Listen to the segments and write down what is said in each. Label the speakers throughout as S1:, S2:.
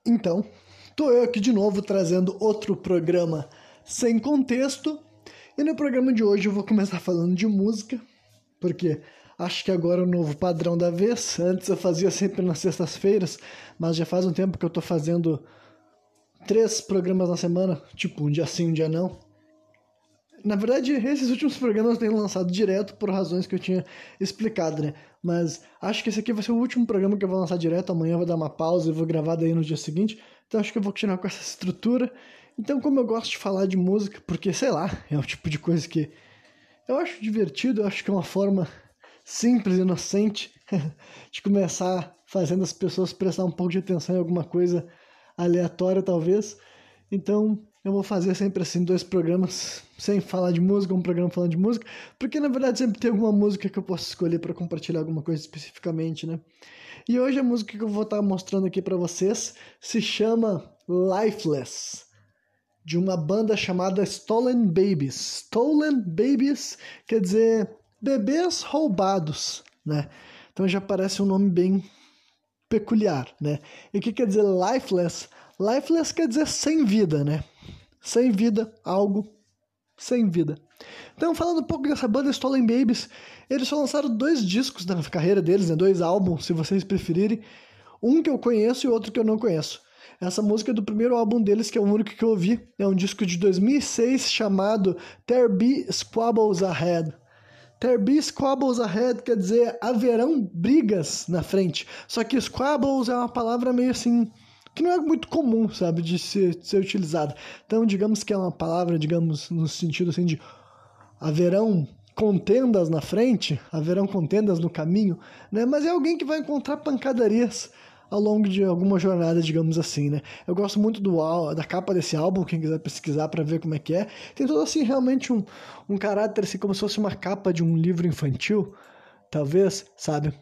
S1: Então, tô eu aqui de novo trazendo outro programa sem contexto. E no programa de hoje eu vou começar falando de música, porque acho que agora é o novo padrão da vez. Antes eu fazia sempre nas sextas-feiras, mas já faz um tempo que eu tô fazendo 3 programas na semana, tipo um dia sim, um dia não. Na verdade, esses últimos programas eu tenho lançado direto por razões que eu tinha explicado, né? Mas acho que esse aqui vai ser o último programa que eu vou lançar direto. Amanhã eu vou dar uma pausa e vou gravar daí no dia seguinte. Então acho que eu vou continuar com essa estrutura. Então, como eu gosto de falar de música, porque sei lá, é o tipo de coisa que eu acho divertido, eu acho que é uma forma simples, inocente de começar fazendo as pessoas prestar um pouco de atenção em alguma coisa aleatória, talvez. Então, eu vou fazer sempre assim 2 programas sem falar de música, um programa falando de música, porque na verdade sempre tem alguma música que eu posso escolher para compartilhar alguma coisa especificamente, né? E hoje a música que eu vou estar mostrando aqui para vocês se chama Lifeless, de uma banda chamada Stolen Babies. Stolen Babies quer dizer bebês roubados, né? Então já parece um nome bem peculiar, né? E o que quer dizer lifeless? Lifeless quer dizer sem vida, né? Sem vida, algo sem vida. Então, falando um pouco dessa banda Stolen Babies, eles só lançaram 2 discos na carreira deles, né? 2 álbuns, se vocês preferirem. Um que eu conheço e outro que eu não conheço. Essa música é do primeiro álbum deles, que é o único que eu ouvi. É um disco de 2006 chamado There Be Squabbles Ahead. There be squabbles ahead quer dizer haverão brigas na frente. Só que squabbles é uma palavra meio assim que não é muito comum, sabe, de ser utilizada. Então, digamos que é uma palavra, digamos, no sentido assim de haverão contendas na frente, haverão contendas no caminho, né? Mas é alguém que vai encontrar pancadarias ao longo de alguma jornada, digamos assim, né? Eu gosto muito da capa desse álbum, quem quiser pesquisar para ver como é que é. Tem todo assim realmente um caráter assim como se fosse uma capa de um livro infantil, talvez, sabe?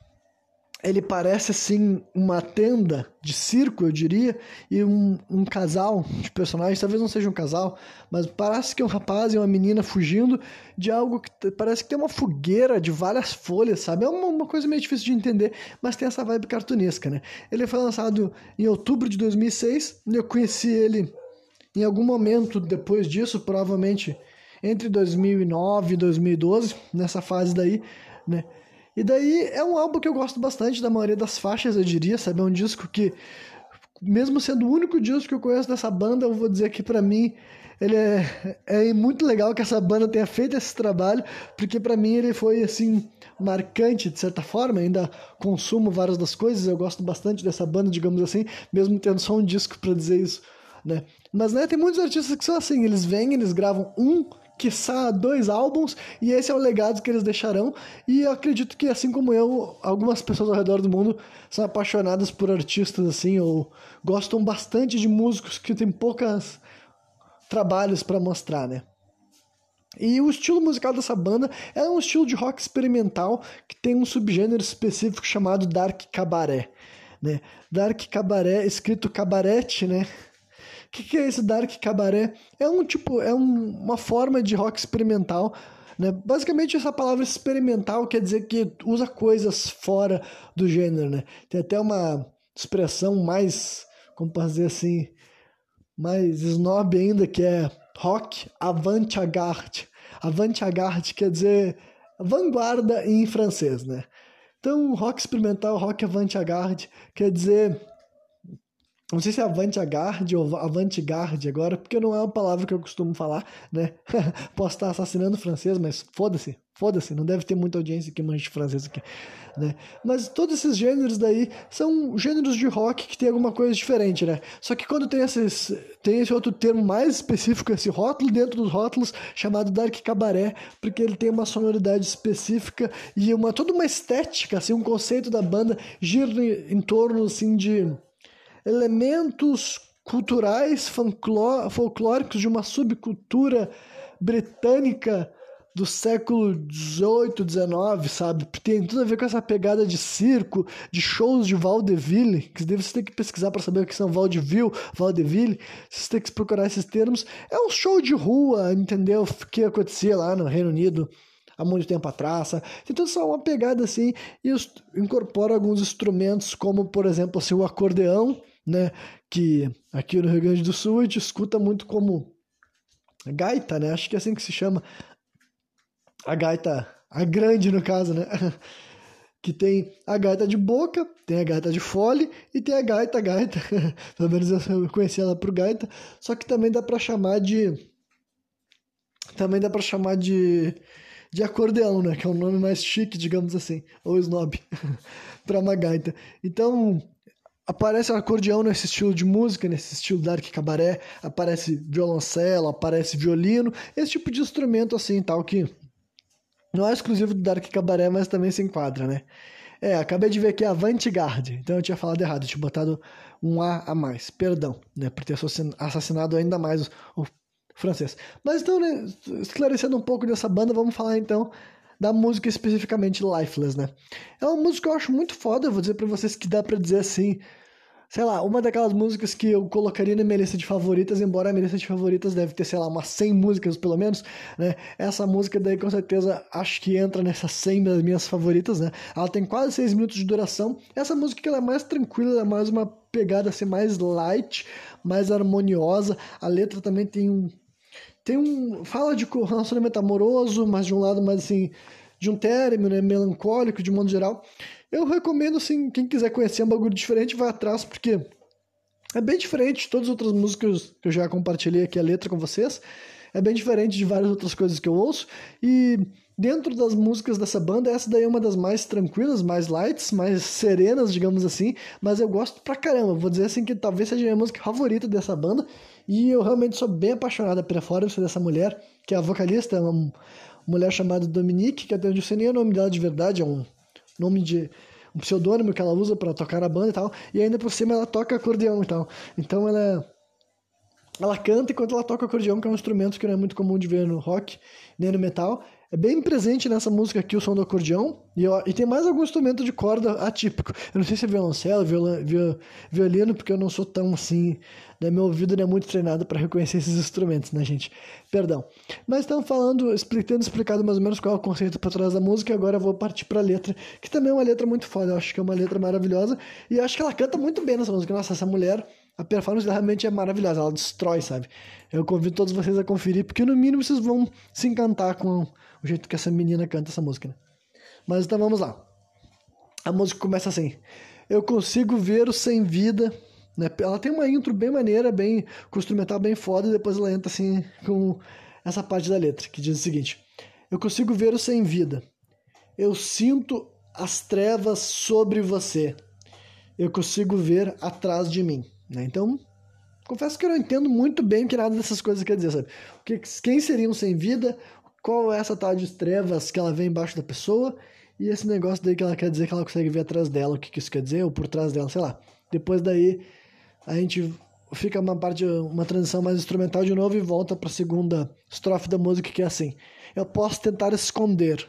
S1: Ele parece assim uma tenda de circo, eu diria, e um casal de personagens, talvez não seja um casal, mas parece que é um rapaz e uma menina fugindo de algo que parece que tem uma fogueira de várias folhas, sabe? É uma coisa meio difícil de entender, mas tem essa vibe cartunesca, né? Ele foi lançado em outubro de 2006, e eu conheci ele em algum momento depois disso, provavelmente entre 2009 e 2012, nessa fase daí, né? E daí é um álbum que eu gosto bastante da maioria das faixas, eu diria, sabe? É um disco que, mesmo sendo o único disco que eu conheço dessa banda, eu vou dizer que pra mim ele é muito legal que essa banda tenha feito esse trabalho, porque pra mim ele foi, assim, marcante de certa forma. Ainda consumo várias das coisas, eu gosto bastante dessa banda, digamos assim, mesmo tendo só um disco pra dizer isso, né? Mas, né, tem muitos artistas que são assim, eles vêm, eles gravam quiçá 2 álbuns, e esse é o legado que eles deixarão, e eu acredito que, assim como eu, algumas pessoas ao redor do mundo são apaixonadas por artistas assim, ou gostam bastante de músicos que têm poucos trabalhos para mostrar, né? E o estilo musical dessa banda é um estilo de rock experimental que tem um subgênero específico chamado Dark Cabaret, né? Dark Cabaret, escrito cabarete, né? O que é esse Dark Cabaret? Uma forma de rock experimental, né? Basicamente essa palavra experimental quer dizer que usa coisas fora do gênero, né? Tem até uma expressão mais, como posso dizer assim, mais snob ainda, que é rock avant-garde. Avant-garde quer dizer vanguarda em francês, né? Então, rock experimental, rock avant-garde quer dizer, não sei se é avant-garde ou avant-garde agora, porque não é uma palavra que eu costumo falar, né? Posso estar assassinando o francês, mas foda-se, não deve ter muita audiência que manche francês aqui, né? Mas todos esses gêneros daí são gêneros de rock que tem alguma coisa diferente, né? Só que quando tem esse outro termo mais específico, esse rótulo dentro dos rótulos, chamado Dark Cabaret, porque ele tem uma sonoridade específica e toda uma estética, assim, um conceito da banda gira em torno, assim, de elementos culturais folclóricos de uma subcultura britânica do século XVIII, XIX, sabe? Tem tudo a ver com essa pegada de circo, de shows de vaudeville, que você tem que pesquisar para saber o que são vaudeville, você tem que procurar esses termos. É um show de rua, entendeu? Que acontecia lá no Reino Unido há muito tempo atrás, sabe? Então só uma pegada assim, e incorpora alguns instrumentos, como por exemplo assim, o acordeão, né? Que aqui no Rio Grande do Sul a gente escuta muito como gaita, né? Acho que é assim que se chama. A gaita, a grande no caso, né? Que tem a gaita de boca, tem a gaita de fole e tem a gaita. Pelo menos eu conheci ela por gaita. Só que também dá pra chamar de... Também dá pra chamar de acordeão, né? Que é um nome mais chique, digamos assim. Ou snob. Pra uma gaita. Então, aparece o acordeão nesse estilo de música, nesse estilo dark cabaré. Aparece violoncelo, aparece violino. Esse tipo de instrumento assim, tal, que não é exclusivo do dark cabaré, mas também se enquadra, né? Acabei de ver aqui Avant-Garde. Então eu tinha falado errado, eu tinha botado um A mais. Perdão, né? Por ter assassinado ainda mais o francês. Mas então, né, esclarecendo um pouco dessa banda, vamos falar então da música especificamente Lifeless, né? É uma música que eu acho muito foda, eu vou dizer pra vocês que dá pra dizer assim, sei lá, uma daquelas músicas que eu colocaria na minha lista de favoritas, embora a minha lista de favoritas deve ter, sei lá, umas 100 músicas pelo menos, né? Essa música daí com certeza acho que entra nessas 100 das minhas favoritas, né? Ela tem quase 6 minutos de duração. Essa música que ela é mais tranquila, ela é mais uma pegada assim mais light, mais harmoniosa. A letra também fala de relacionamento amoroso, mas de um lado mais assim, de um término, né, melancólico, de modo geral. Eu recomendo, assim, quem quiser conhecer um bagulho diferente, vai atrás, porque é bem diferente de todas as outras músicas que eu já compartilhei aqui a letra com vocês. É bem diferente de várias outras coisas que eu ouço. E dentro das músicas dessa banda, essa daí é uma das mais tranquilas, mais lights, mais serenas, digamos assim. Mas eu gosto pra caramba. Vou dizer assim que talvez seja a minha música favorita dessa banda. E eu realmente sou bem apaixonada pela performance dessa mulher, que é a vocalista, é uma mulher chamada Dominique, que até onde eu sei nem o nome dela de verdade, é um nome de um pseudônimo que ela usa pra tocar na banda e tal, e ainda por cima ela toca acordeão e tal. Então ela canta enquanto ela toca acordeão, que é um instrumento que não é muito comum de ver no rock, nem no metal. É bem presente nessa música aqui o som do acordeão, e tem mais algum instrumento de corda atípico. Eu não sei se é violoncelo, violino, porque eu não sou tão assim, né? Meu ouvido não é muito treinado para reconhecer esses instrumentos, né, gente? Perdão. Mas estamos falando, tendo explicado mais ou menos qual é o conceito por trás da música, e agora eu vou partir para a letra, que também é uma letra muito foda, eu acho que é uma letra maravilhosa, e eu acho que ela canta muito bem nessa música. Nossa, essa mulher... A performance realmente é maravilhosa, ela destrói, sabe? Eu convido todos vocês a conferir, porque no mínimo vocês vão se encantar com o jeito que essa menina canta essa música, né? Mas então vamos lá. A música começa assim. Eu consigo ver o sem vida, né? Ela tem uma intro bem maneira, bem com o instrumental bem foda, e depois ela entra assim com essa parte da letra, que diz o seguinte: eu consigo ver o sem vida. Eu sinto as trevas sobre você. Eu consigo ver atrás de mim. Né? Então, confesso que eu não entendo muito bem o que nada dessas coisas quer dizer, sabe? Quem seria um sem vida? Qual é essa tal de trevas que ela vê embaixo da pessoa? E esse negócio daí que ela quer dizer que ela consegue ver atrás dela, o que isso quer dizer, ou por trás dela, sei lá. Depois daí, a gente fica uma transição mais instrumental de novo e volta para a segunda estrofe da música, que é assim: eu posso tentar esconder,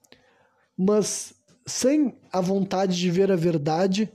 S1: mas sem a vontade de ver a verdade...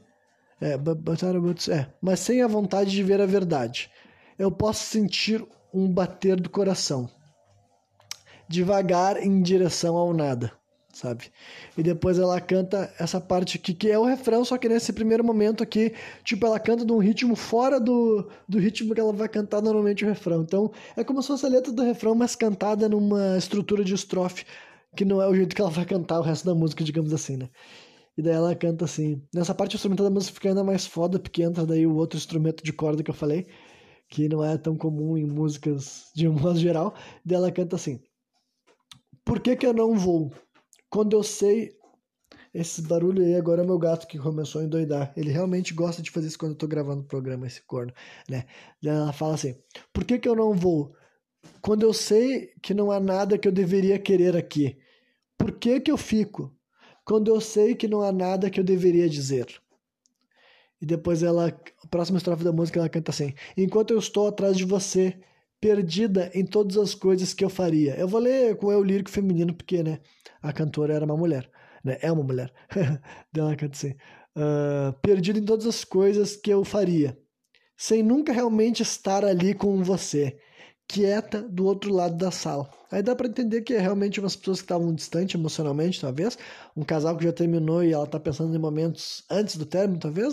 S1: mas sem a vontade de ver a verdade. Eu posso sentir um bater do coração, devagar em direção ao nada, sabe? E depois ela canta essa parte aqui, que é o refrão, só que nesse primeiro momento aqui, tipo, ela canta num ritmo fora do ritmo que ela vai cantar normalmente o refrão. Então, é como se fosse a letra do refrão, mas cantada numa estrutura de estrofe, que não é o jeito que ela vai cantar o resto da música, digamos assim, né? E daí ela canta assim. Nessa parte o instrumental da música fica ainda mais foda, porque entra daí o outro instrumento de corda que eu falei, que não é tão comum em músicas de um modo geral. Daí ela canta assim: por que eu não vou? Quando eu sei... Esse barulho aí agora é meu gato que começou a endoidar. Ele realmente gosta de fazer isso quando eu tô gravando o programa, esse corno, né? Daí ela fala assim: por que eu não vou? Quando eu sei que não há nada que eu deveria querer aqui. Por que eu fico? Quando eu sei que não há nada que eu deveria dizer. E depois a próxima estrofe da música ela canta assim: enquanto eu estou atrás de você, perdida em todas as coisas que eu faria. Eu vou ler com eu lírico feminino, porque, né, a cantora era uma mulher, né, é uma mulher. Daí ela canta assim: perdida em todas as coisas que eu faria, sem nunca realmente estar ali com você, quieta do outro lado da sala. Aí dá pra entender que é realmente umas pessoas que estavam distantes emocionalmente, talvez. Um casal que já terminou e ela tá pensando em momentos antes do término, talvez, né?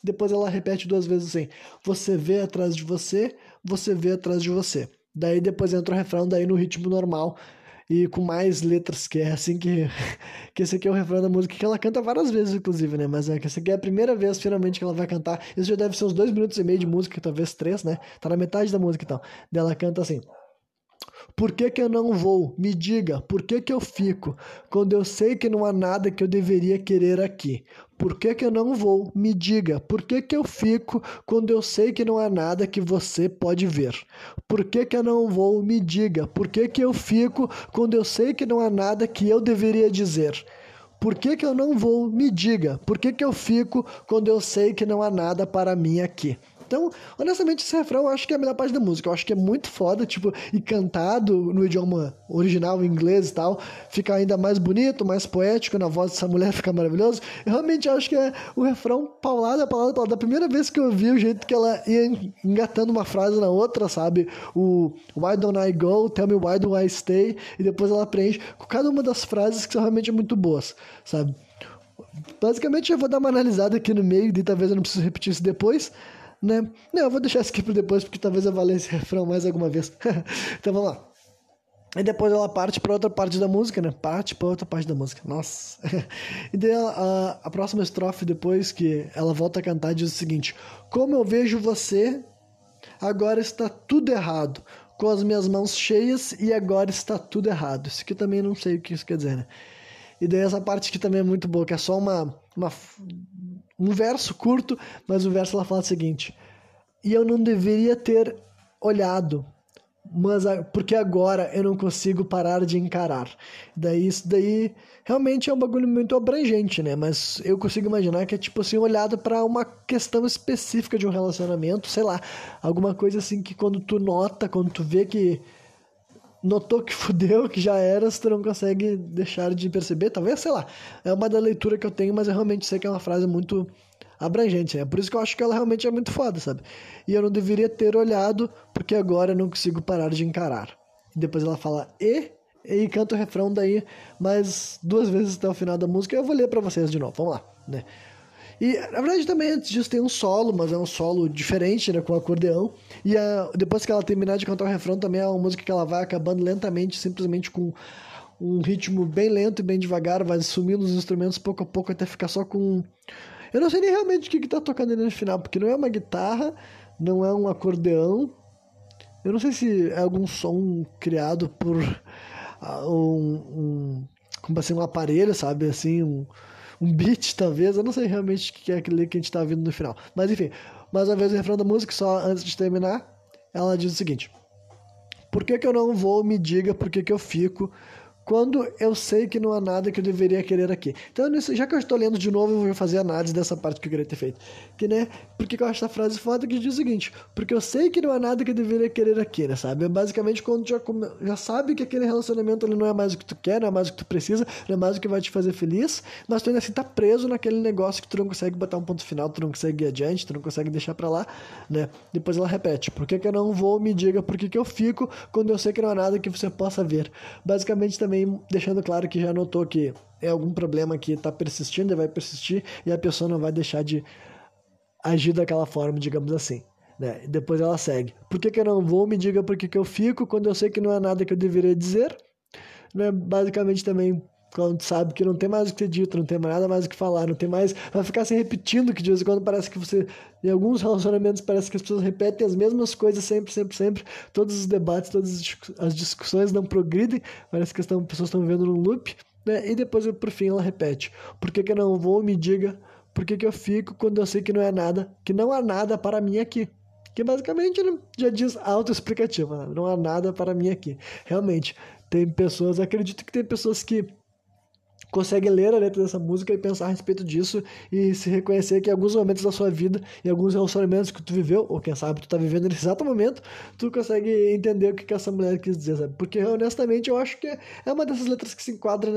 S1: depois ela repete 2 vezes assim, você vê atrás de você, você vê atrás de você. Daí depois entra o refrão, daí no ritmo normal, e com mais letras, que é assim que... que esse aqui é o refrão da música, que ela canta várias vezes, inclusive, né? Mas é que essa aqui é a primeira vez, finalmente, que ela vai cantar. Isso já deve ser uns 2 minutos e meio de música, talvez 3, né? Tá na metade da música, então. Daí ela canta assim... Por que que eu não vou? Me diga, por que que eu fico? Quando eu sei que não há nada que eu deveria querer aqui. Por que que eu não vou? Me diga, por que que eu fico quando eu sei que não há nada que você pode ver? Por que que eu não vou? Me diga, por que que eu fico quando eu sei que não há nada que eu deveria dizer? Por que que eu não vou? Me diga, por que que eu fico quando eu sei que não há nada para mim aqui? Então, honestamente, esse refrão eu acho que é a melhor parte da música. Eu acho que é muito foda, tipo, e cantado no idioma original, em inglês e tal, fica ainda mais bonito, mais poético, na voz dessa mulher fica maravilhoso. Eu realmente acho que é o refrão paulada, paulada, paulada. Da primeira vez que eu vi o jeito que ela ia engatando uma frase na outra, sabe? O Why don't I go? Tell me why do I stay? E depois ela preenche com cada uma das frases que são realmente muito boas, sabe? Basicamente, eu vou dar uma analisada aqui no meio, e talvez eu não precise repetir isso depois, né? Não, eu vou deixar isso aqui para depois, porque talvez eu vá ler esse refrão mais alguma vez. Então vamos lá. E depois ela parte para outra parte da música, né? Parte para outra parte da música. Nossa. E daí a próxima estrofe, depois que ela volta a cantar, diz o seguinte: como eu vejo você, agora está tudo errado. Com as minhas mãos cheias e agora está tudo errado. Isso aqui também não sei o que isso quer dizer, né? E daí essa parte aqui também é muito boa, que é só um verso curto, mas o verso ela fala o seguinte: e eu não deveria ter olhado, mas porque agora eu não consigo parar de encarar. Daí isso daí realmente é um bagulho muito abrangente, né? Mas eu consigo imaginar que é tipo assim, olhado para uma questão específica de um relacionamento, sei lá, alguma coisa assim que quando tu nota, quando tu vê que notou que fudeu, que já era, tu não consegue deixar de perceber, talvez, sei lá, é uma da leitura que eu tenho, mas eu realmente sei que é uma frase muito abrangente, né? Por isso que eu acho que ela realmente é muito foda, sabe? E eu não deveria ter olhado, porque agora eu não consigo parar de encarar. E depois ela fala e canta o refrão daí mais 2 vezes até o final da música. Eu vou ler pra vocês de novo, vamos lá, né? E, na verdade, também antes disso tem um solo, mas é um solo diferente, né, com acordeão. E depois que ela terminar de cantar o refrão, também é uma música que ela vai acabando lentamente, simplesmente com um ritmo bem lento e bem devagar, vai sumindo os instrumentos pouco a pouco até ficar só com... Eu não sei nem realmente o que tá tocando ali no final, porque não é uma guitarra, não é um acordeão. Eu não sei se é algum som criado por como assim, um aparelho, sabe, assim, um beat, talvez, eu não sei realmente o que é aquele que a gente tá ouvindo no final. Mas enfim, mais uma vez o refrão da música, só antes de terminar, ela diz o seguinte: por que que eu não vou? Me diga por que que eu fico quando eu sei que não há nada que eu deveria querer aqui. Então, já que eu estou lendo de novo, eu vou fazer análise dessa parte que eu queria ter feito. Que, né, porque eu acho essa frase foda que diz o seguinte: porque eu sei que não há nada que eu deveria querer aqui, né, sabe? É basicamente quando tu já sabe que aquele relacionamento ali não é mais o que tu quer, não é mais o que tu precisa, não é mais o que vai te fazer feliz, mas tu ainda assim tá preso naquele negócio que tu não consegue botar um ponto final, tu não consegue ir adiante, tu não consegue deixar pra lá, né? Depois ela repete: por que que eu não vou? Me diga por que que eu fico quando eu sei que não há nada que você possa ver. Basicamente também deixando claro que já notou que é algum problema que está persistindo e vai persistir e a pessoa não vai deixar de agir daquela forma, digamos assim, né? E depois ela segue: por que que eu não vou? Me diga por que que eu fico quando eu sei que não é nada que eu deveria dizer, né? Basicamente também quando tu sabe que não tem mais o que ser dito, não tem mais nada mais o que falar, não tem mais, vai ficar se repetindo, que de vez em quando parece que você, em alguns relacionamentos parece que as pessoas repetem as mesmas coisas sempre, sempre, sempre, todos os debates, todas as discussões não progridem, parece que as pessoas estão vivendo num loop, né? E depois por fim ela repete: por que que eu não vou? Me diga por que que eu fico quando eu sei que não é nada, que não há nada para mim aqui. Que basicamente já diz autoexplicativo, né? Não há nada para mim aqui. Realmente, tem pessoas, acredito que tem pessoas que consegue ler a letra dessa música e pensar a respeito disso e se reconhecer que em alguns momentos da sua vida, em alguns relacionamentos que tu viveu, ou quem sabe tu tá vivendo nesse exato momento, tu consegue entender o que essa mulher quis dizer, sabe? Porque honestamente eu acho que é uma dessas letras que se enquadra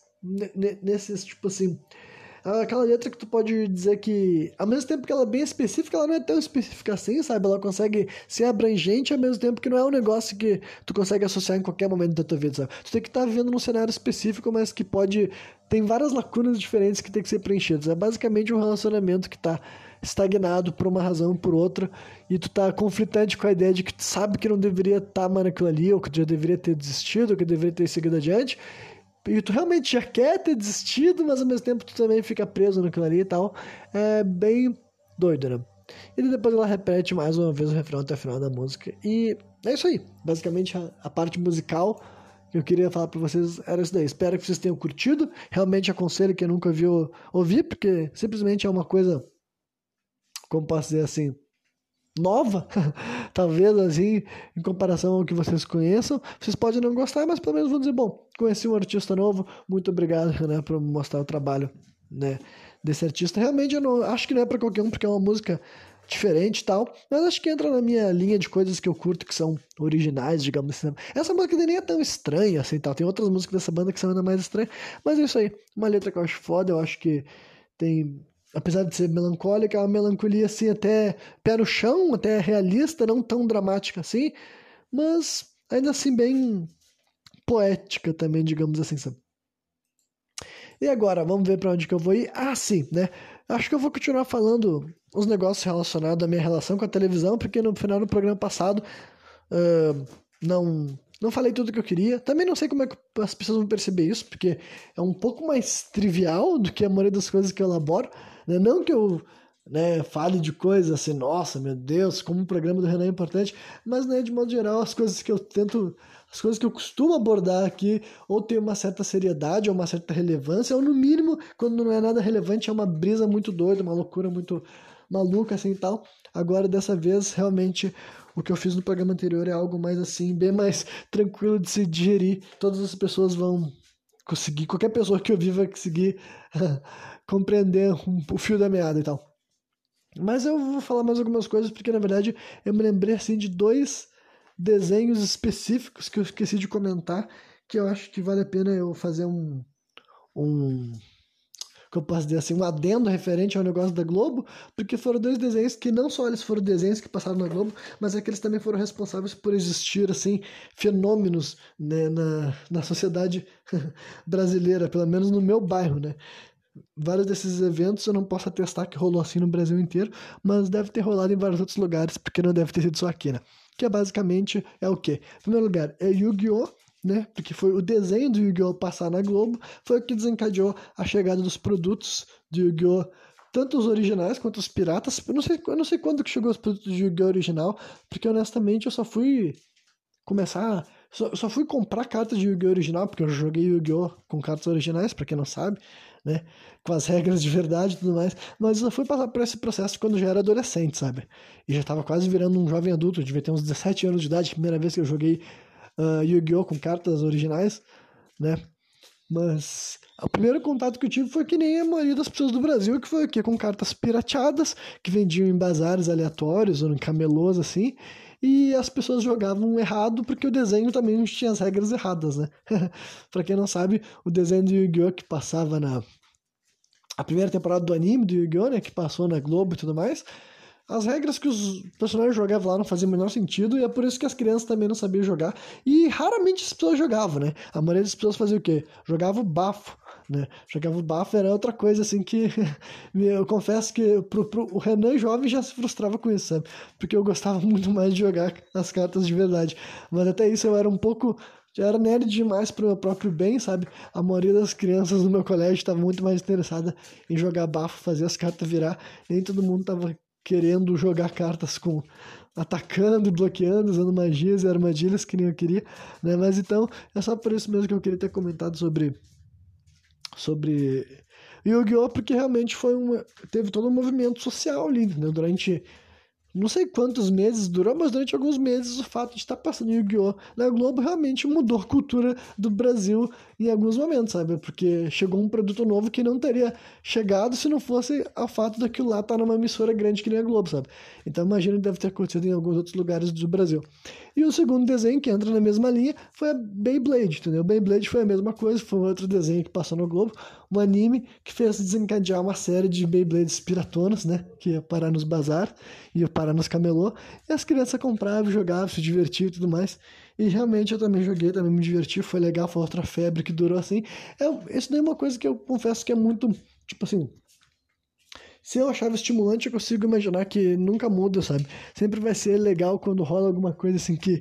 S1: nesses, tipo assim, aquela letra que tu pode dizer que, ao mesmo tempo que ela é bem específica, ela não é tão específica assim, sabe? Ela consegue ser abrangente, ao mesmo tempo que não é um negócio que tu consegue associar em qualquer momento da tua vida, sabe? Tu tem que estar vivendo num cenário específico, mas que tem várias lacunas diferentes que tem que ser preenchidas. É basicamente um relacionamento que tá estagnado por uma razão ou por outra, e tu tá conflitante com a ideia de que tu sabe que não deveria estar mais naquilo ali, ou que tu já deveria ter desistido, ou que deveria ter seguido adiante, e tu realmente já quer ter desistido, mas ao mesmo tempo tu também fica preso naquilo ali e tal. É bem doido, né? E depois ela repete mais uma vez o refrão até o final da música. E é isso aí. Basicamente a parte musical que eu queria falar pra vocês era isso daí. Espero que vocês tenham curtido. Realmente aconselho quem nunca viu ouvir, porque simplesmente é uma coisa, como posso dizer assim, nova, talvez assim, em comparação ao que vocês conheçam. Vocês podem não gostar, mas pelo menos vão dizer, bom, conheci um artista novo, muito obrigado, né, por mostrar o trabalho, né, desse artista. Realmente eu não acho que não é para qualquer um, porque é uma música diferente e tal, mas acho que entra na minha linha de coisas que eu curto, que são originais, digamos assim. Essa música nem é tão estranha assim, tal. Tem outras músicas dessa banda que são ainda mais estranhas, mas é isso aí. Uma letra que eu acho foda, eu acho que tem, apesar de ser melancólica, é uma melancolia assim até pé no chão, até realista, não tão dramática assim, mas ainda assim bem poética também, digamos assim, sabe? E agora, vamos ver pra onde que eu vou ir? Ah, sim, né? Acho que eu vou continuar falando os negócios relacionados à minha relação com a televisão, porque no final do programa passado não falei tudo que eu queria. Também não sei como é que as pessoas vão perceber isso, porque é um pouco mais trivial do que a maioria das coisas que eu elaboro, né? Não que eu, né, fale de coisas assim, nossa, meu Deus, como o programa do Renan é importante, mas, né, de modo geral, as coisas que eu tento, as coisas que eu costumo abordar aqui, ou tem uma certa seriedade, ou uma certa relevância, ou no mínimo, quando não é nada relevante, é uma brisa muito doida, uma loucura muito maluca assim e tal. Agora, dessa vez, realmente, o que eu fiz no programa anterior é algo mais assim, bem mais tranquilo de se digerir. Todas as pessoas vão conseguir, qualquer pessoa que ouvir vai conseguir compreender o fio da meada e tal. Mas eu vou falar mais algumas coisas, porque na verdade eu me lembrei assim de dois desenhos específicos que eu esqueci de comentar, que eu acho que vale a pena eu fazer um que eu posso dizer assim, um adendo referente ao negócio da Globo, porque foram dois desenhos que não só eles foram desenhos que passaram na Globo, mas é que eles também foram responsáveis por existir, assim, fenômenos, né, na sociedade brasileira, pelo menos no meu bairro, né? Vários desses eventos eu não posso atestar que rolou assim no Brasil inteiro, mas deve ter rolado em vários outros lugares, porque não deve ter sido só aqui, né? Que é basicamente é o quê? Em primeiro lugar, é Yu-Gi-Oh!, né? Porque foi o desenho do Yu-Gi-Oh! Passar na Globo, foi o que desencadeou a chegada dos produtos do Yu-Gi-Oh! Tanto os originais quanto os piratas. Eu não sei quando que chegou os produtos do Yu-Gi-Oh! Original, porque honestamente eu só fui começar. Só fui comprar cartas de Yu-Gi-Oh! Original, porque eu joguei Yu-Gi-Oh! Com cartas originais, pra quem não sabe, né? Com as regras de verdade e tudo mais. Mas eu só fui passar por esse processo quando já era adolescente, sabe? E já tava quase virando um jovem adulto, eu devia ter uns 17 anos de idade, primeira vez que eu joguei Yu-Gi-Oh! Com cartas originais, né? Mas o primeiro contato que eu tive foi que nem a maioria das pessoas do Brasil, que foi o quê? Com cartas pirateadas, que vendiam em bazares aleatórios ou em camelôs, assim, e as pessoas jogavam errado porque o desenho também tinha as regras erradas, né? Pra quem não sabe, o desenho do Yu-Gi-Oh! Que passava na a primeira temporada do anime do Yu-Gi-Oh!, né, que passou na Globo e tudo mais, as regras que os personagens jogavam lá não faziam o menor sentido, e é por isso que as crianças também não sabiam jogar, e raramente as pessoas jogavam, né? A maioria das pessoas fazia o quê? Jogava o bafo, né? Jogava o bafo era outra coisa, assim, que eu confesso que o Renan jovem já se frustrava com isso, sabe? Porque eu gostava muito mais de jogar as cartas de verdade, mas até isso eu era um pouco... Já era nerd demais pro meu próprio bem, sabe? A maioria das crianças do meu colégio estava muito mais interessada em jogar bafo, fazer as cartas virar. Nem todo mundo estava querendo jogar cartas com atacando, bloqueando, usando magias e armadilhas que nem eu queria, né? Mas então, é só por isso mesmo que eu queria ter comentado sobre Yu-Gi-Oh! Porque realmente teve todo um movimento social ali, né? Durante não sei quantos meses durou, mas durante alguns meses o fato de estar passando Yu-Gi-Oh! Na Globo realmente mudou a cultura do Brasil em alguns momentos, sabe? Porque chegou um produto novo que não teria chegado se não fosse ao fato daquilo lá estar numa emissora grande que nem a Globo, sabe? Então imagino que deve ter acontecido em alguns outros lugares do Brasil. E o segundo desenho que entra na mesma linha foi a Beyblade, entendeu? Beyblade foi a mesma coisa, foi outro desenho que passou no Globo, um anime que fez desencadear uma série de Beyblades piratonas, né? Que ia parar nos bazar, ia parar nos camelô, e as crianças compravam, jogavam, se divertiam e tudo mais. E realmente eu também joguei, também me diverti, foi legal, foi outra febre que durou assim. Isso daí é uma coisa que eu confesso que é muito, tipo assim, se eu achava estimulante, eu consigo imaginar que nunca muda, sabe? Sempre vai ser legal quando rola alguma coisa assim que...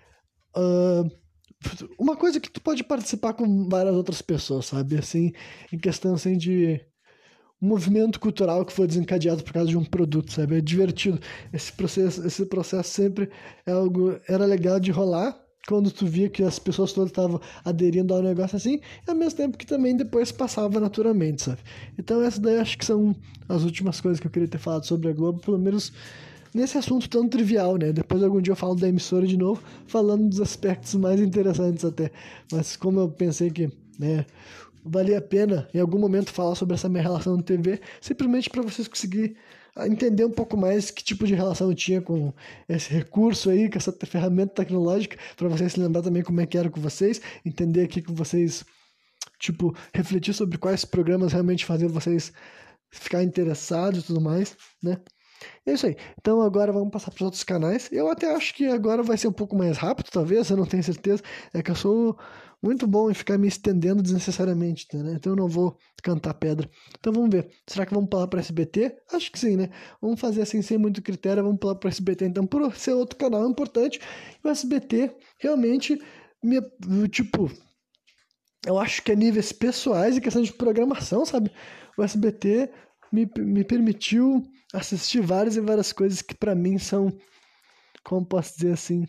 S1: uma coisa que tu pode participar com várias outras pessoas, sabe? Assim, em questão assim de um movimento cultural que foi desencadeado por causa de um produto, sabe? É divertido. Esse processo sempre era legal de rolar quando tu via que as pessoas todas estavam aderindo ao negócio assim, e ao mesmo tempo que também depois passava naturalmente, sabe? Então essas daí acho que são as últimas coisas que eu queria ter falado sobre a Globo, pelo menos nesse assunto tão trivial, né? Depois algum dia eu falo da emissora de novo, falando dos aspectos mais interessantes até. Mas como eu pensei que, né, valia a pena em algum momento falar sobre essa minha relação na TV, simplesmente para vocês conseguirem entender um pouco mais que tipo de relação eu tinha com esse recurso aí, com essa ferramenta tecnológica, para vocês se lembrar também como é que era com vocês, entender aqui com vocês, tipo, refletir sobre quais programas realmente faziam vocês ficar interessados e tudo mais, né? É isso aí. Então agora vamos passar para os outros canais. Eu até acho que agora vai ser um pouco mais rápido, talvez, eu não tenho certeza. É que eu sou muito bom em ficar me estendendo desnecessariamente, né? Então eu não vou cantar pedra. Então vamos ver. Será que vamos pular para SBT? Acho que sim, né? Vamos fazer assim sem muito critério, vamos pular para SBT. Então, por ser outro canal importante, o SBT realmente tipo, eu acho que a níveis pessoais e questão de programação, sabe? O SBT me permitiu assistir várias e várias coisas que pra mim são, como posso dizer assim,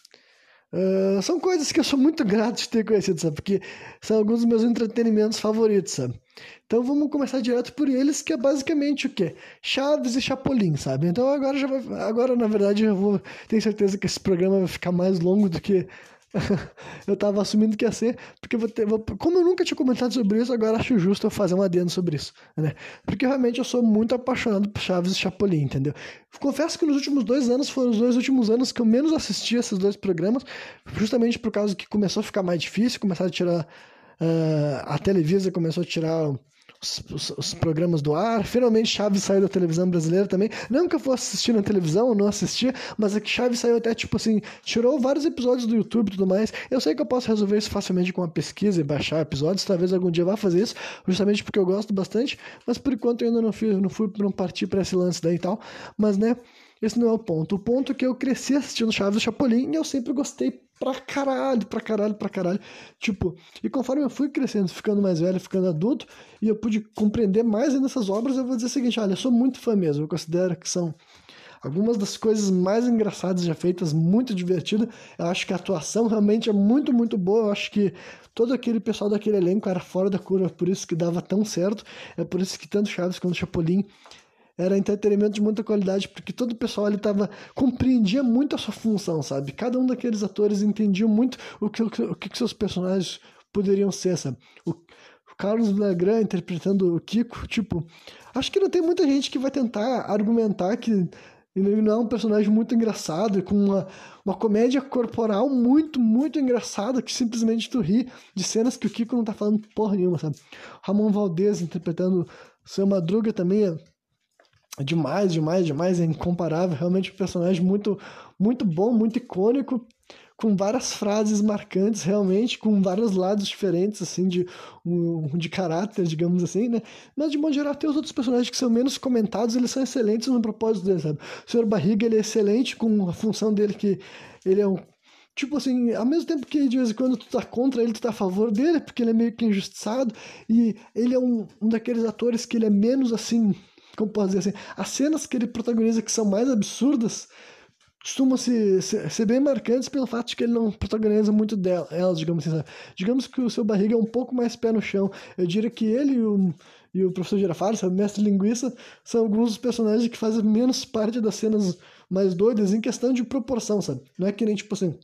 S1: são coisas que eu sou muito grato de ter conhecido, sabe? Porque são alguns dos meus entretenimentos favoritos, sabe? Então vamos começar direto por eles, que é basicamente o quê? Chaves e Chapolin, sabe? Então agora na verdade tenho certeza que esse programa vai ficar mais longo do que eu tava assumindo que ia ser, porque como eu nunca tinha comentado sobre isso, agora acho justo eu fazer um adendo sobre isso, né? Porque realmente eu sou muito apaixonado por Chaves e Chapolin, entendeu? Confesso que nos últimos 2 anos foram os 2 últimos anos que eu menos assisti esses dois programas, justamente por causa que começou a ficar mais difícil, começaram a tirar... a Televisa começou a tirar os programas do ar. Finalmente Chaves saiu da televisão brasileira também. Não que eu fosse assistir na televisão, eu não assistia, mas é que Chaves saiu até, tipo assim, tirou vários episódios do YouTube e tudo mais. Eu sei que eu posso resolver isso facilmente com uma pesquisa e baixar episódios, talvez algum dia eu vá fazer isso, justamente porque eu gosto bastante, mas por enquanto eu ainda não parti pra esse lance daí e tal, mas né, esse não é o ponto. O ponto é que eu cresci assistindo Chaves e Chapolin e eu sempre gostei pra caralho. Tipo, e conforme eu fui crescendo, ficando mais velho, ficando adulto, e eu pude compreender mais ainda essas obras, eu vou dizer o seguinte, olha, eu sou muito fã mesmo, eu considero que são algumas das coisas mais engraçadas já feitas, muito divertidas. Eu acho que a atuação realmente é muito, muito boa. Eu acho que todo aquele pessoal daquele elenco era fora da curva, por isso que dava tão certo. É por isso que tanto Chaves quanto Chapolin era entretenimento de muita qualidade, porque todo o pessoal ali compreendia muito a sua função, sabe? Cada um daqueles atores entendia muito o que seus personagens poderiam ser, sabe? O Carlos Villagrán interpretando o Kiko, tipo... Acho que não tem muita gente que vai tentar argumentar que ele não é um personagem muito engraçado, com uma comédia corporal muito, muito engraçada, que simplesmente tu ri de cenas que o Kiko não tá falando porra nenhuma, sabe? Ramon Valdez interpretando o Seu Madruga também é demais, é incomparável, realmente um personagem muito, muito bom, muito icônico, com várias frases marcantes, realmente, com vários lados diferentes, assim, de caráter, digamos assim, né? Mas, de modo geral, tem os outros personagens que são menos comentados, eles são excelentes no propósito deles, sabe? O Sr. Barriga, ele é excelente com a função dele, que ele é um... Tipo assim, ao mesmo tempo que de vez em quando tu tá contra ele, tu tá a favor dele, porque ele é meio que injustiçado, e ele é um daqueles atores que ele é menos, assim... Como posso dizer assim, as cenas que ele protagoniza que são mais absurdas costumam ser bem marcantes pelo fato de que ele não protagoniza muito delas, digamos assim, sabe? Digamos que o Seu Barriga é um pouco mais pé no chão. Eu diria que ele e o Professor Girafales, o Mestre Linguiça, são alguns dos personagens que fazem menos parte das cenas mais doidas em questão de proporção, sabe? Não é que nem, tipo assim...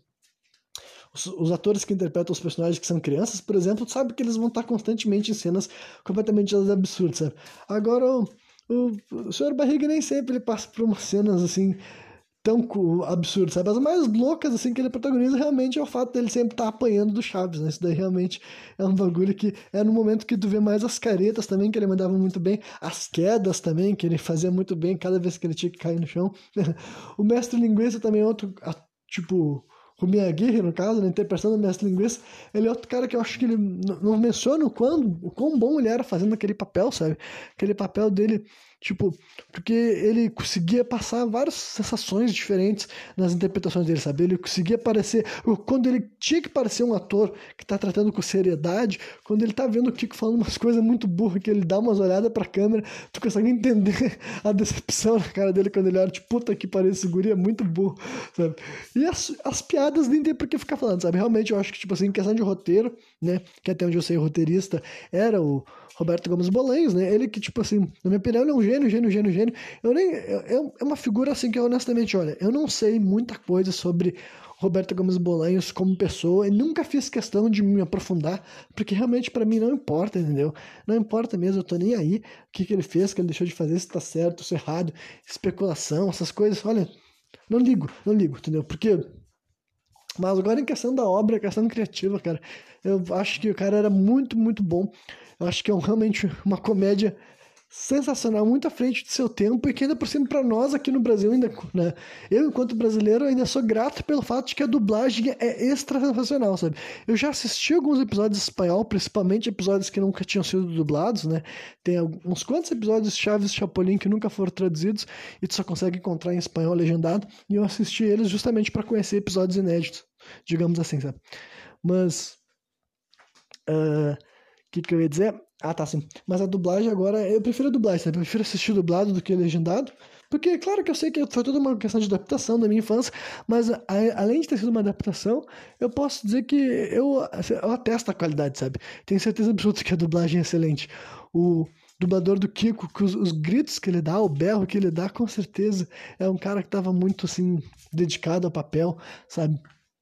S1: Os atores que interpretam os personagens que são crianças, por exemplo, sabe que eles vão estar constantemente em cenas completamente absurdas, sabe? Agora... O Sr. Barriga nem sempre ele passa por umas cenas assim tão absurdas, sabe? As mais loucas assim que ele protagoniza realmente é o fato dele sempre estar apanhando do Chaves, né? Isso daí realmente é um bagulho que é no momento que tu vê mais as caretas também, que ele mandava muito bem, as quedas também, que ele fazia muito bem cada vez que ele tinha que cair no chão. O Mestre Linguiça também é outro, tipo... O Miyagi, no caso, né, interpretando o Mestre Linguiça, ele é outro cara que eu acho que ele não menciona o quão bom ele era fazendo aquele papel, sabe? Aquele papel dele, Tipo, porque ele conseguia passar várias sensações diferentes nas interpretações dele, sabe? Ele conseguia parecer, quando ele tinha que parecer um ator que tá tratando com seriedade, quando ele tá vendo o Kiko falando umas coisas muito burras, que ele dá umas olhadas pra câmera, tu consegue entender a decepção na cara dele quando ele olha, tipo, puta que pariu, esse guri é muito burro, sabe? E as piadas nem tem por que ficar falando, sabe? Realmente eu acho que, tipo assim, em questão de roteiro, né, que até onde eu sei o roteirista era o Roberto Gomes Bolanhos, né? Ele que, tipo assim, na minha opinião, ele é um gênio. É uma figura assim que, honestamente, olha, eu não sei muita coisa sobre Roberto Gomes Bolanhos como pessoa e nunca fiz questão de me aprofundar, porque realmente pra mim não importa, entendeu? Não importa mesmo, eu tô nem aí o que ele fez, que ele deixou de fazer, se tá certo, se errado, especulação, essas coisas, olha, não ligo, entendeu? Porque... Mas agora em questão da obra, questão criativa, cara, eu acho que o cara era muito bom. Eu acho que é realmente uma comédia sensacional, muito à frente do seu tempo e que ainda por cima para nós aqui no Brasil ainda, né? Eu, enquanto brasileiro, ainda sou grato pelo fato de que a dublagem é extra sensacional, sabe? Eu já assisti alguns episódios em espanhol, principalmente episódios que nunca tinham sido dublados, né? Tem uns quantos episódios de Chaves e Chapolin que nunca foram traduzidos e tu só consegue encontrar em espanhol legendado, e eu assisti eles justamente para conhecer episódios inéditos, digamos assim, sabe? Mas que eu ia dizer? Ah, tá, sim. Mas a dublagem agora, eu prefiro a dublagem, sabe? Eu prefiro assistir dublado do que legendado. Porque, claro que eu sei que foi toda uma questão de adaptação da minha infância, mas além de ter sido uma adaptação, eu posso dizer que eu atesto a qualidade, sabe? Tenho certeza absoluta que a dublagem é excelente. O dublador do Kiko, os gritos que ele dá, o berro que ele dá, com certeza é um cara que estava muito, assim, dedicado ao papel, sabe?